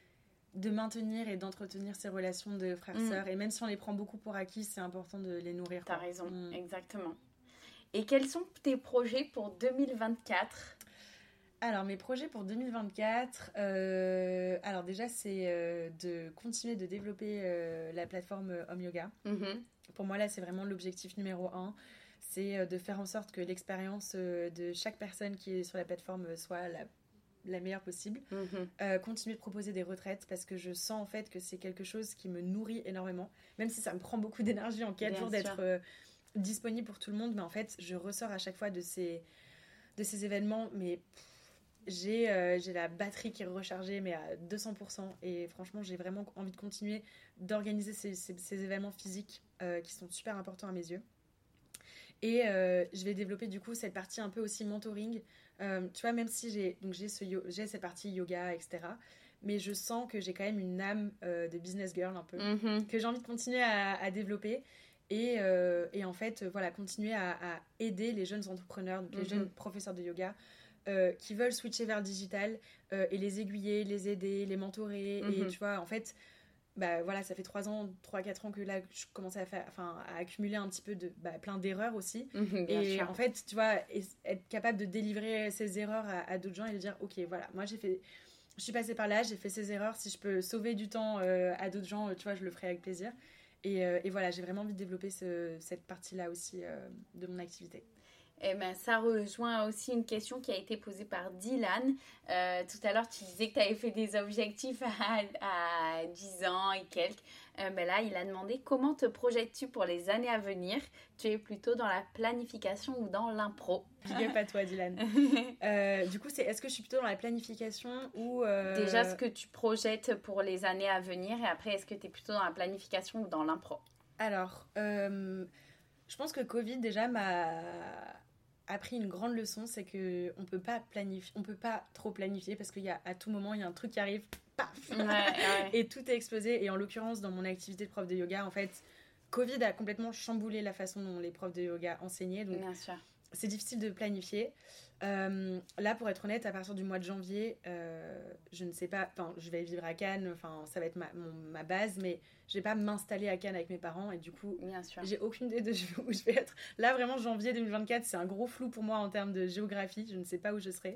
de maintenir et d'entretenir ces relations de frères-sœurs. Mmh. Et même si on les prend beaucoup pour acquis, c'est important de les nourrir. T'as quoi. raison, mmh. exactement. Et quels sont tes projets pour deux mille vingt-quatre ? Alors, mes projets pour deux mille vingt-quatre, euh, alors déjà, c'est euh, de continuer de développer euh, la plateforme Home Yoga. Mmh. Pour moi, là, c'est vraiment l'objectif numéro un. C'est euh, de faire en sorte que l'expérience euh, de chaque personne qui est sur la plateforme soit la la meilleure possible, mmh. euh, continuer de proposer des retraites parce que je sens en fait que c'est quelque chose qui me nourrit énormément, même si ça me prend beaucoup d'énergie en quatre jours d'être euh, disponible pour tout le monde, mais en fait je ressors à chaque fois de ces, de ces événements, mais pff, j'ai, euh, j'ai la batterie qui est rechargée mais à deux cents pour cent et franchement j'ai vraiment envie de continuer d'organiser ces, ces, ces événements physiques euh, qui sont super importants à mes yeux. Et euh, je vais développer du coup cette partie un peu aussi mentoring. Euh, tu vois, même si j'ai, donc j'ai, ce yo- j'ai cette partie yoga, et cetera. Mais je sens que j'ai quand même une âme euh, de business girl un peu, Mm-hmm. que j'ai envie de continuer à, à développer. Et, euh, et en fait, voilà, continuer à, à aider les jeunes entrepreneurs, donc les Mm-hmm. jeunes professeurs de yoga, euh, qui veulent switcher vers le digital, euh, et les aiguiller, les aider, les mentorer. Mm-hmm. Et tu vois, en fait, bah, voilà, ça fait trois ans, trois quatre ans que là, je commence à, faire, enfin, à accumuler un petit peu de, bah, plein d'erreurs aussi. Mm-hmm, bien Et sûr. en fait, tu vois, être capable de délivrer ces erreurs à, à d'autres gens et de dire, ok, voilà, moi j'ai fait... Je suis passée par là, j'ai fait ces erreurs. Si je peux sauver du temps euh, à d'autres gens, tu vois, je le ferai avec plaisir. Et, euh, et voilà, j'ai vraiment envie de développer ce, cette partie-là aussi euh, de mon activité. Eh ben, ça rejoint aussi une question qui a été posée par Dylan. Euh, tout à l'heure, tu disais que tu avais fait des objectifs à, à dix ans et quelques. Euh, ben là, il a demandé comment te projettes-tu pour les années à venir. Tu es plutôt dans la planification ou dans l'impro? Big up à toi, Dylan. euh, du coup, c'est, est-ce que je suis plutôt dans la planification ou... Euh... Déjà, ce que tu projettes pour les années à venir, et après, est-ce que tu es plutôt dans la planification ou dans l'impro? Alors, euh, je pense que Covid, déjà, m'a appris une grande leçon, c'est qu'on peut pas planifier, on peut pas trop planifier parce qu'il y a, à tout moment, il y a un truc qui arrive, paf, ouais, ouais. Et tout est explosé. Et en l'occurrence, dans mon activité de prof de yoga, en fait, Covid a complètement chamboulé la façon dont les profs de yoga enseignaient. Donc, bien sûr. C'est difficile de planifier. Euh, là, pour être honnête, à partir du mois de janvier, euh, je ne sais pas. Enfin, je vais vivre à Cannes. Enfin, ça va être ma, mon, ma base, mais je vais pas m'installer à Cannes avec mes parents et du coup, bien sûr. J'ai aucune idée de où je vais être. Là, vraiment, janvier deux mille vingt-quatre, c'est un gros flou pour moi en termes de géographie. Je ne sais pas où je serai,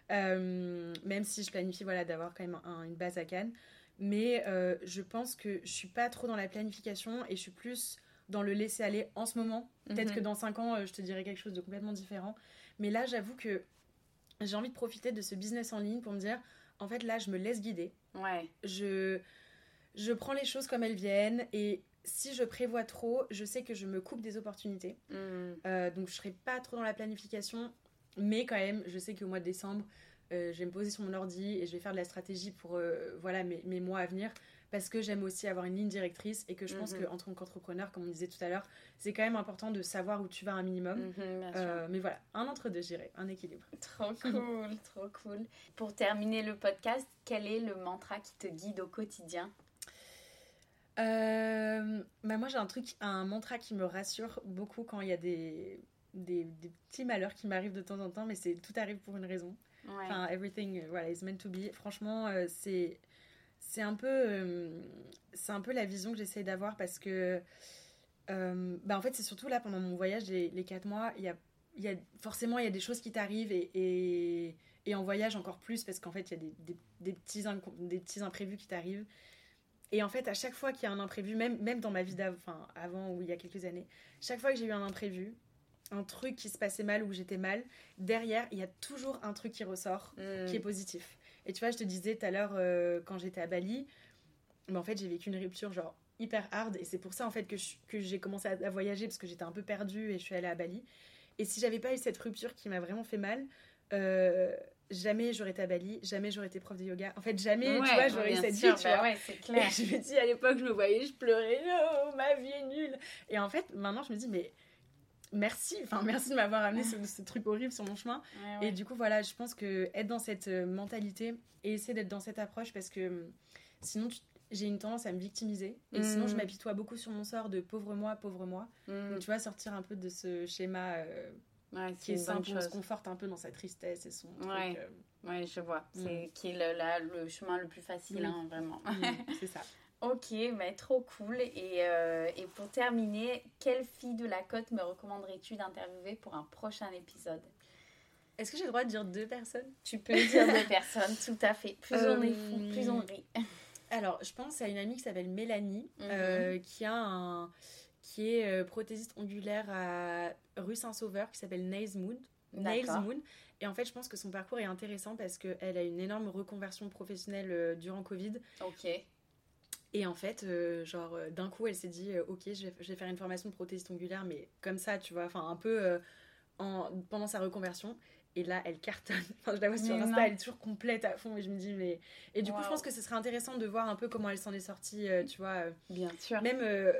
euh, même si je planifie, voilà, d'avoir quand même un, une base à Cannes. Mais euh, je pense que je suis pas trop dans la planification et je suis plus dans le laisser aller en ce moment. Peut-être Mm-hmm. que dans cinq ans, euh, je te dirai quelque chose de complètement différent. Mais là, j'avoue que j'ai envie de profiter de ce business en ligne pour me dire, en fait, là, je me laisse guider. Ouais. Je, je prends les choses comme elles viennent et si je prévois trop, je sais que je me coupe des opportunités. Mm. Euh, donc, je ne serai pas trop dans la planification. Mais quand même, je sais qu'au mois de décembre, euh, je vais me poser sur mon ordi et je vais faire de la stratégie pour euh, voilà, mes, mes mois à venir. Parce que j'aime aussi avoir une ligne directrice et que je pense mm-hmm. qu'en tant qu'entrepreneur, comme on disait tout à l'heure, c'est quand même important de savoir où tu vas un minimum. Mm-hmm, bien euh, sûr. Mais voilà, un entre-deux, je dirais, un équilibre. Trop cool, trop cool. Pour terminer le podcast, quel est le mantra qui te guide au quotidien? euh, bah Moi, j'ai un truc, un mantra qui me rassure beaucoup quand il y a des, des, des petits malheurs qui m'arrivent de temps en temps, mais c'est tout arrive pour une raison. Ouais. Enfin, everything, voilà, is meant to be. Franchement, euh, c'est... C'est un, peu, euh, c'est un peu la vision que j'essaie d'avoir parce que euh, bah en fait c'est surtout là pendant mon voyage les, les quatre mois il y a, il y a, forcément il y a des choses qui t'arrivent et, et, et en voyage encore plus parce qu'en fait il y a des, des, des, petits, inc- des petits imprévus qui t'arrivent et en fait à chaque fois qu'il y a un imprévu même, même dans ma vie d'avant enfin, avant ou il y a quelques années chaque fois que j'ai eu un imprévu un truc qui se passait mal ou que j'étais mal derrière il y a toujours un truc qui ressort mm. qui est positif. Et tu vois, je te disais tout à l'heure, euh, quand j'étais à Bali, bah, en fait, j'ai vécu une rupture genre hyper hard. Et c'est pour ça, en fait, que, je, que j'ai commencé à, à voyager, parce que j'étais un peu perdue et je suis allée à Bali. Et si j'avais pas eu cette rupture qui m'a vraiment fait mal, euh, jamais j'aurais été à Bali, jamais j'aurais été prof de yoga. En fait, jamais, ouais, tu vois, j'aurais eu cette sûr, vie, tu bah vois. Ouais, c'est clair. Et je me dis, à l'époque, je me voyais, je pleurais, non, ma vie est nulle. Et en fait, maintenant, je me dis, mais... Merci, enfin merci de m'avoir amené ce, ce truc horrible sur mon chemin. Ouais, ouais. Et du coup, voilà, je pense que être dans cette mentalité et essayer d'être dans cette approche parce que sinon, tu, j'ai une tendance à me victimiser. Et mmh. sinon, je m'apitoie beaucoup sur mon sort de pauvre moi, pauvre moi. Mmh. Donc, tu vois, sortir un peu de ce schéma euh, ouais, qui est simple, où on se conforte un peu dans sa tristesse et son ouais. truc. Euh... Ouais, je vois. Mmh. C'est qui est le, la, le chemin le plus facile, mmh. hein, vraiment. Mmh, c'est ça. Ok, bah, trop cool. Et, euh, et pour terminer, quelle fille de la côte me recommanderais-tu d'interviewer pour un prochain épisode? Est-ce que j'ai le droit de dire deux personnes? Tu peux dire deux personnes, tout à fait. Plus euh... on est fou, plus on rit. Alors, je pense à une amie qui s'appelle Mélanie, mm-hmm. euh, qui, a un, qui est euh, prothésiste ongulaire à rue Saint-Sauveur, qui s'appelle Nails Moon. Nails Moon. Et en fait, je pense que son parcours est intéressant parce qu'elle a une énorme reconversion professionnelle euh, durant Covid. Ok. Et en fait, euh, genre, euh, d'un coup, elle s'est dit, euh, ok, je vais, je vais faire une formation de prothésiste ongulaire, mais comme ça, tu vois, enfin, un peu euh, en, pendant sa reconversion. Et là, elle cartonne. Enfin, je la vois sur Insta, non. Elle est toujours complète à fond. Et je me dis, mais... Et du wow. coup, je pense que ce serait intéressant de voir un peu comment elle s'en est sortie, euh, tu vois. Euh, Bien sûr. Même, euh,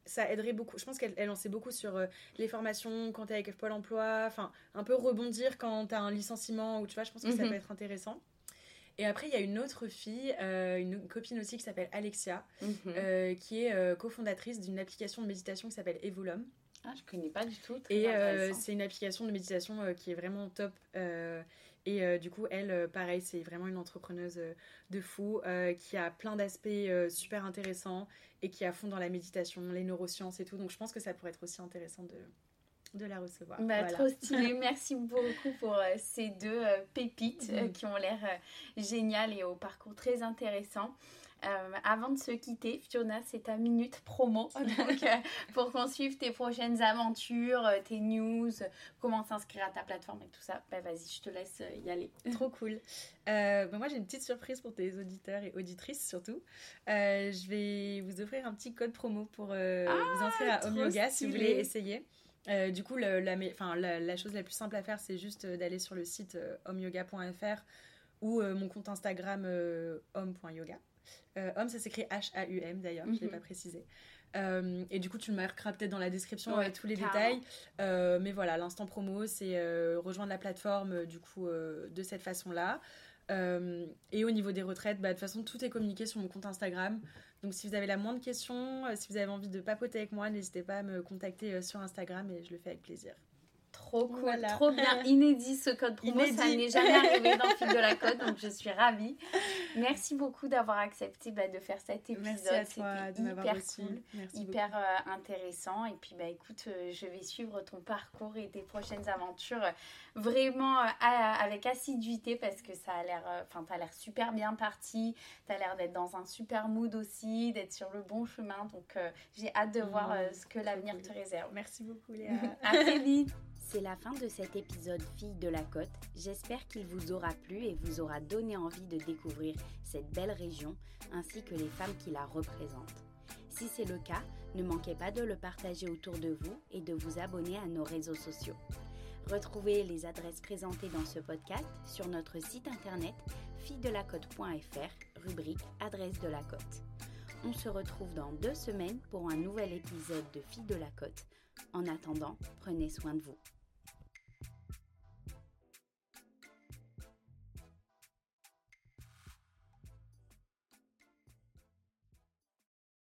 ça aiderait beaucoup. Je pense qu'elle elle en sait beaucoup sur euh, les formations, quand t'es avec Pôle emploi, enfin, un peu rebondir quand t'as un licenciement, ou tu vois, je pense que mm-hmm. ça peut être intéressant. Et après, il y a une autre fille, euh, une copine aussi qui s'appelle Alexia, mm-hmm. euh, qui est euh, cofondatrice d'une application de méditation qui s'appelle Evolum. Ah, je connais pas du tout. Et euh, c'est une application de méditation euh, qui est vraiment top. Euh, et euh, du coup, elle, euh, pareil, c'est vraiment une entrepreneuse euh, de fou euh, qui a plein d'aspects euh, super intéressants et qui est à fond dans la méditation, les neurosciences et tout. Donc, je pense que ça pourrait être aussi intéressant de, de la recevoir. Bah, voilà. Trop stylé. Merci beaucoup pour euh, ces deux euh, pépites euh, qui ont l'air euh, géniales et au parcours très intéressant. Euh, avant de se quitter, Fiona, c'est ta minute promo. Donc, euh, pour qu'on suive tes prochaines aventures, euh, tes news, comment s'inscrire à ta plateforme et tout ça, bah vas-y, je te laisse y aller. Trop cool. Euh, bah moi, j'ai une petite surprise pour tes auditeurs et auditrices surtout. Euh, je vais vous offrir un petit code promo pour euh, ah, vous inscrire à Home Yoga si vous voulez essayer. Euh, du coup, le, la, enfin, la, la chose la plus simple à faire, c'est juste d'aller sur le site euh, home yoga point f r ou euh, mon compte Instagram euh, home point yoga. Euh, Home, ça s'écrit H A U M d'ailleurs, mm-hmm. je ne l'ai pas précisé. Euh, et du coup, tu le marqueras peut-être dans la description ouais, avec tous les carrément. détails. Euh, mais voilà, l'instant promo, c'est euh, rejoindre la plateforme euh, du coup, euh, de cette façon-là. Euh, et au niveau des retraites, bah, de toute façon, tout est communiqué sur mon compte Instagram. Donc, si vous avez la moindre question, euh, si vous avez envie de papoter avec moi, n'hésitez pas à me contacter euh, sur Instagram et je le fais avec plaisir. Trop cool, voilà. Trop bien, inédit ce code promo, inédit. Ça n'est jamais arrivé dans Fil de la Côte, donc je suis ravie. Merci beaucoup d'avoir accepté bah, de faire cet épisode. Merci à toi de m'avoir reçu. Cool, Merci hyper euh, intéressant. Et puis bah écoute, euh, je vais suivre ton parcours et tes prochaines aventures euh, vraiment euh, à, avec assiduité parce que ça a l'air, enfin euh, t'as l'air super bien parti, t'as l'air d'être dans un super mood aussi, d'être sur le bon chemin. Donc euh, j'ai hâte de mmh, voir euh, ce que l'avenir cool. te réserve. Merci beaucoup Léa. À très vite. C'est la fin de cet épisode Filles de la Côte. J'espère qu'il vous aura plu et vous aura donné envie de découvrir cette belle région ainsi que les femmes qui la représentent. Si c'est le cas, ne manquez pas de le partager autour de vous et de vous abonner à nos réseaux sociaux. Retrouvez les adresses présentées dans ce podcast sur notre site internet filles de la côte point f r, rubrique Adresse de la Côte. On se retrouve dans deux semaines pour un nouvel épisode de Filles de la Côte. En attendant, prenez soin de vous.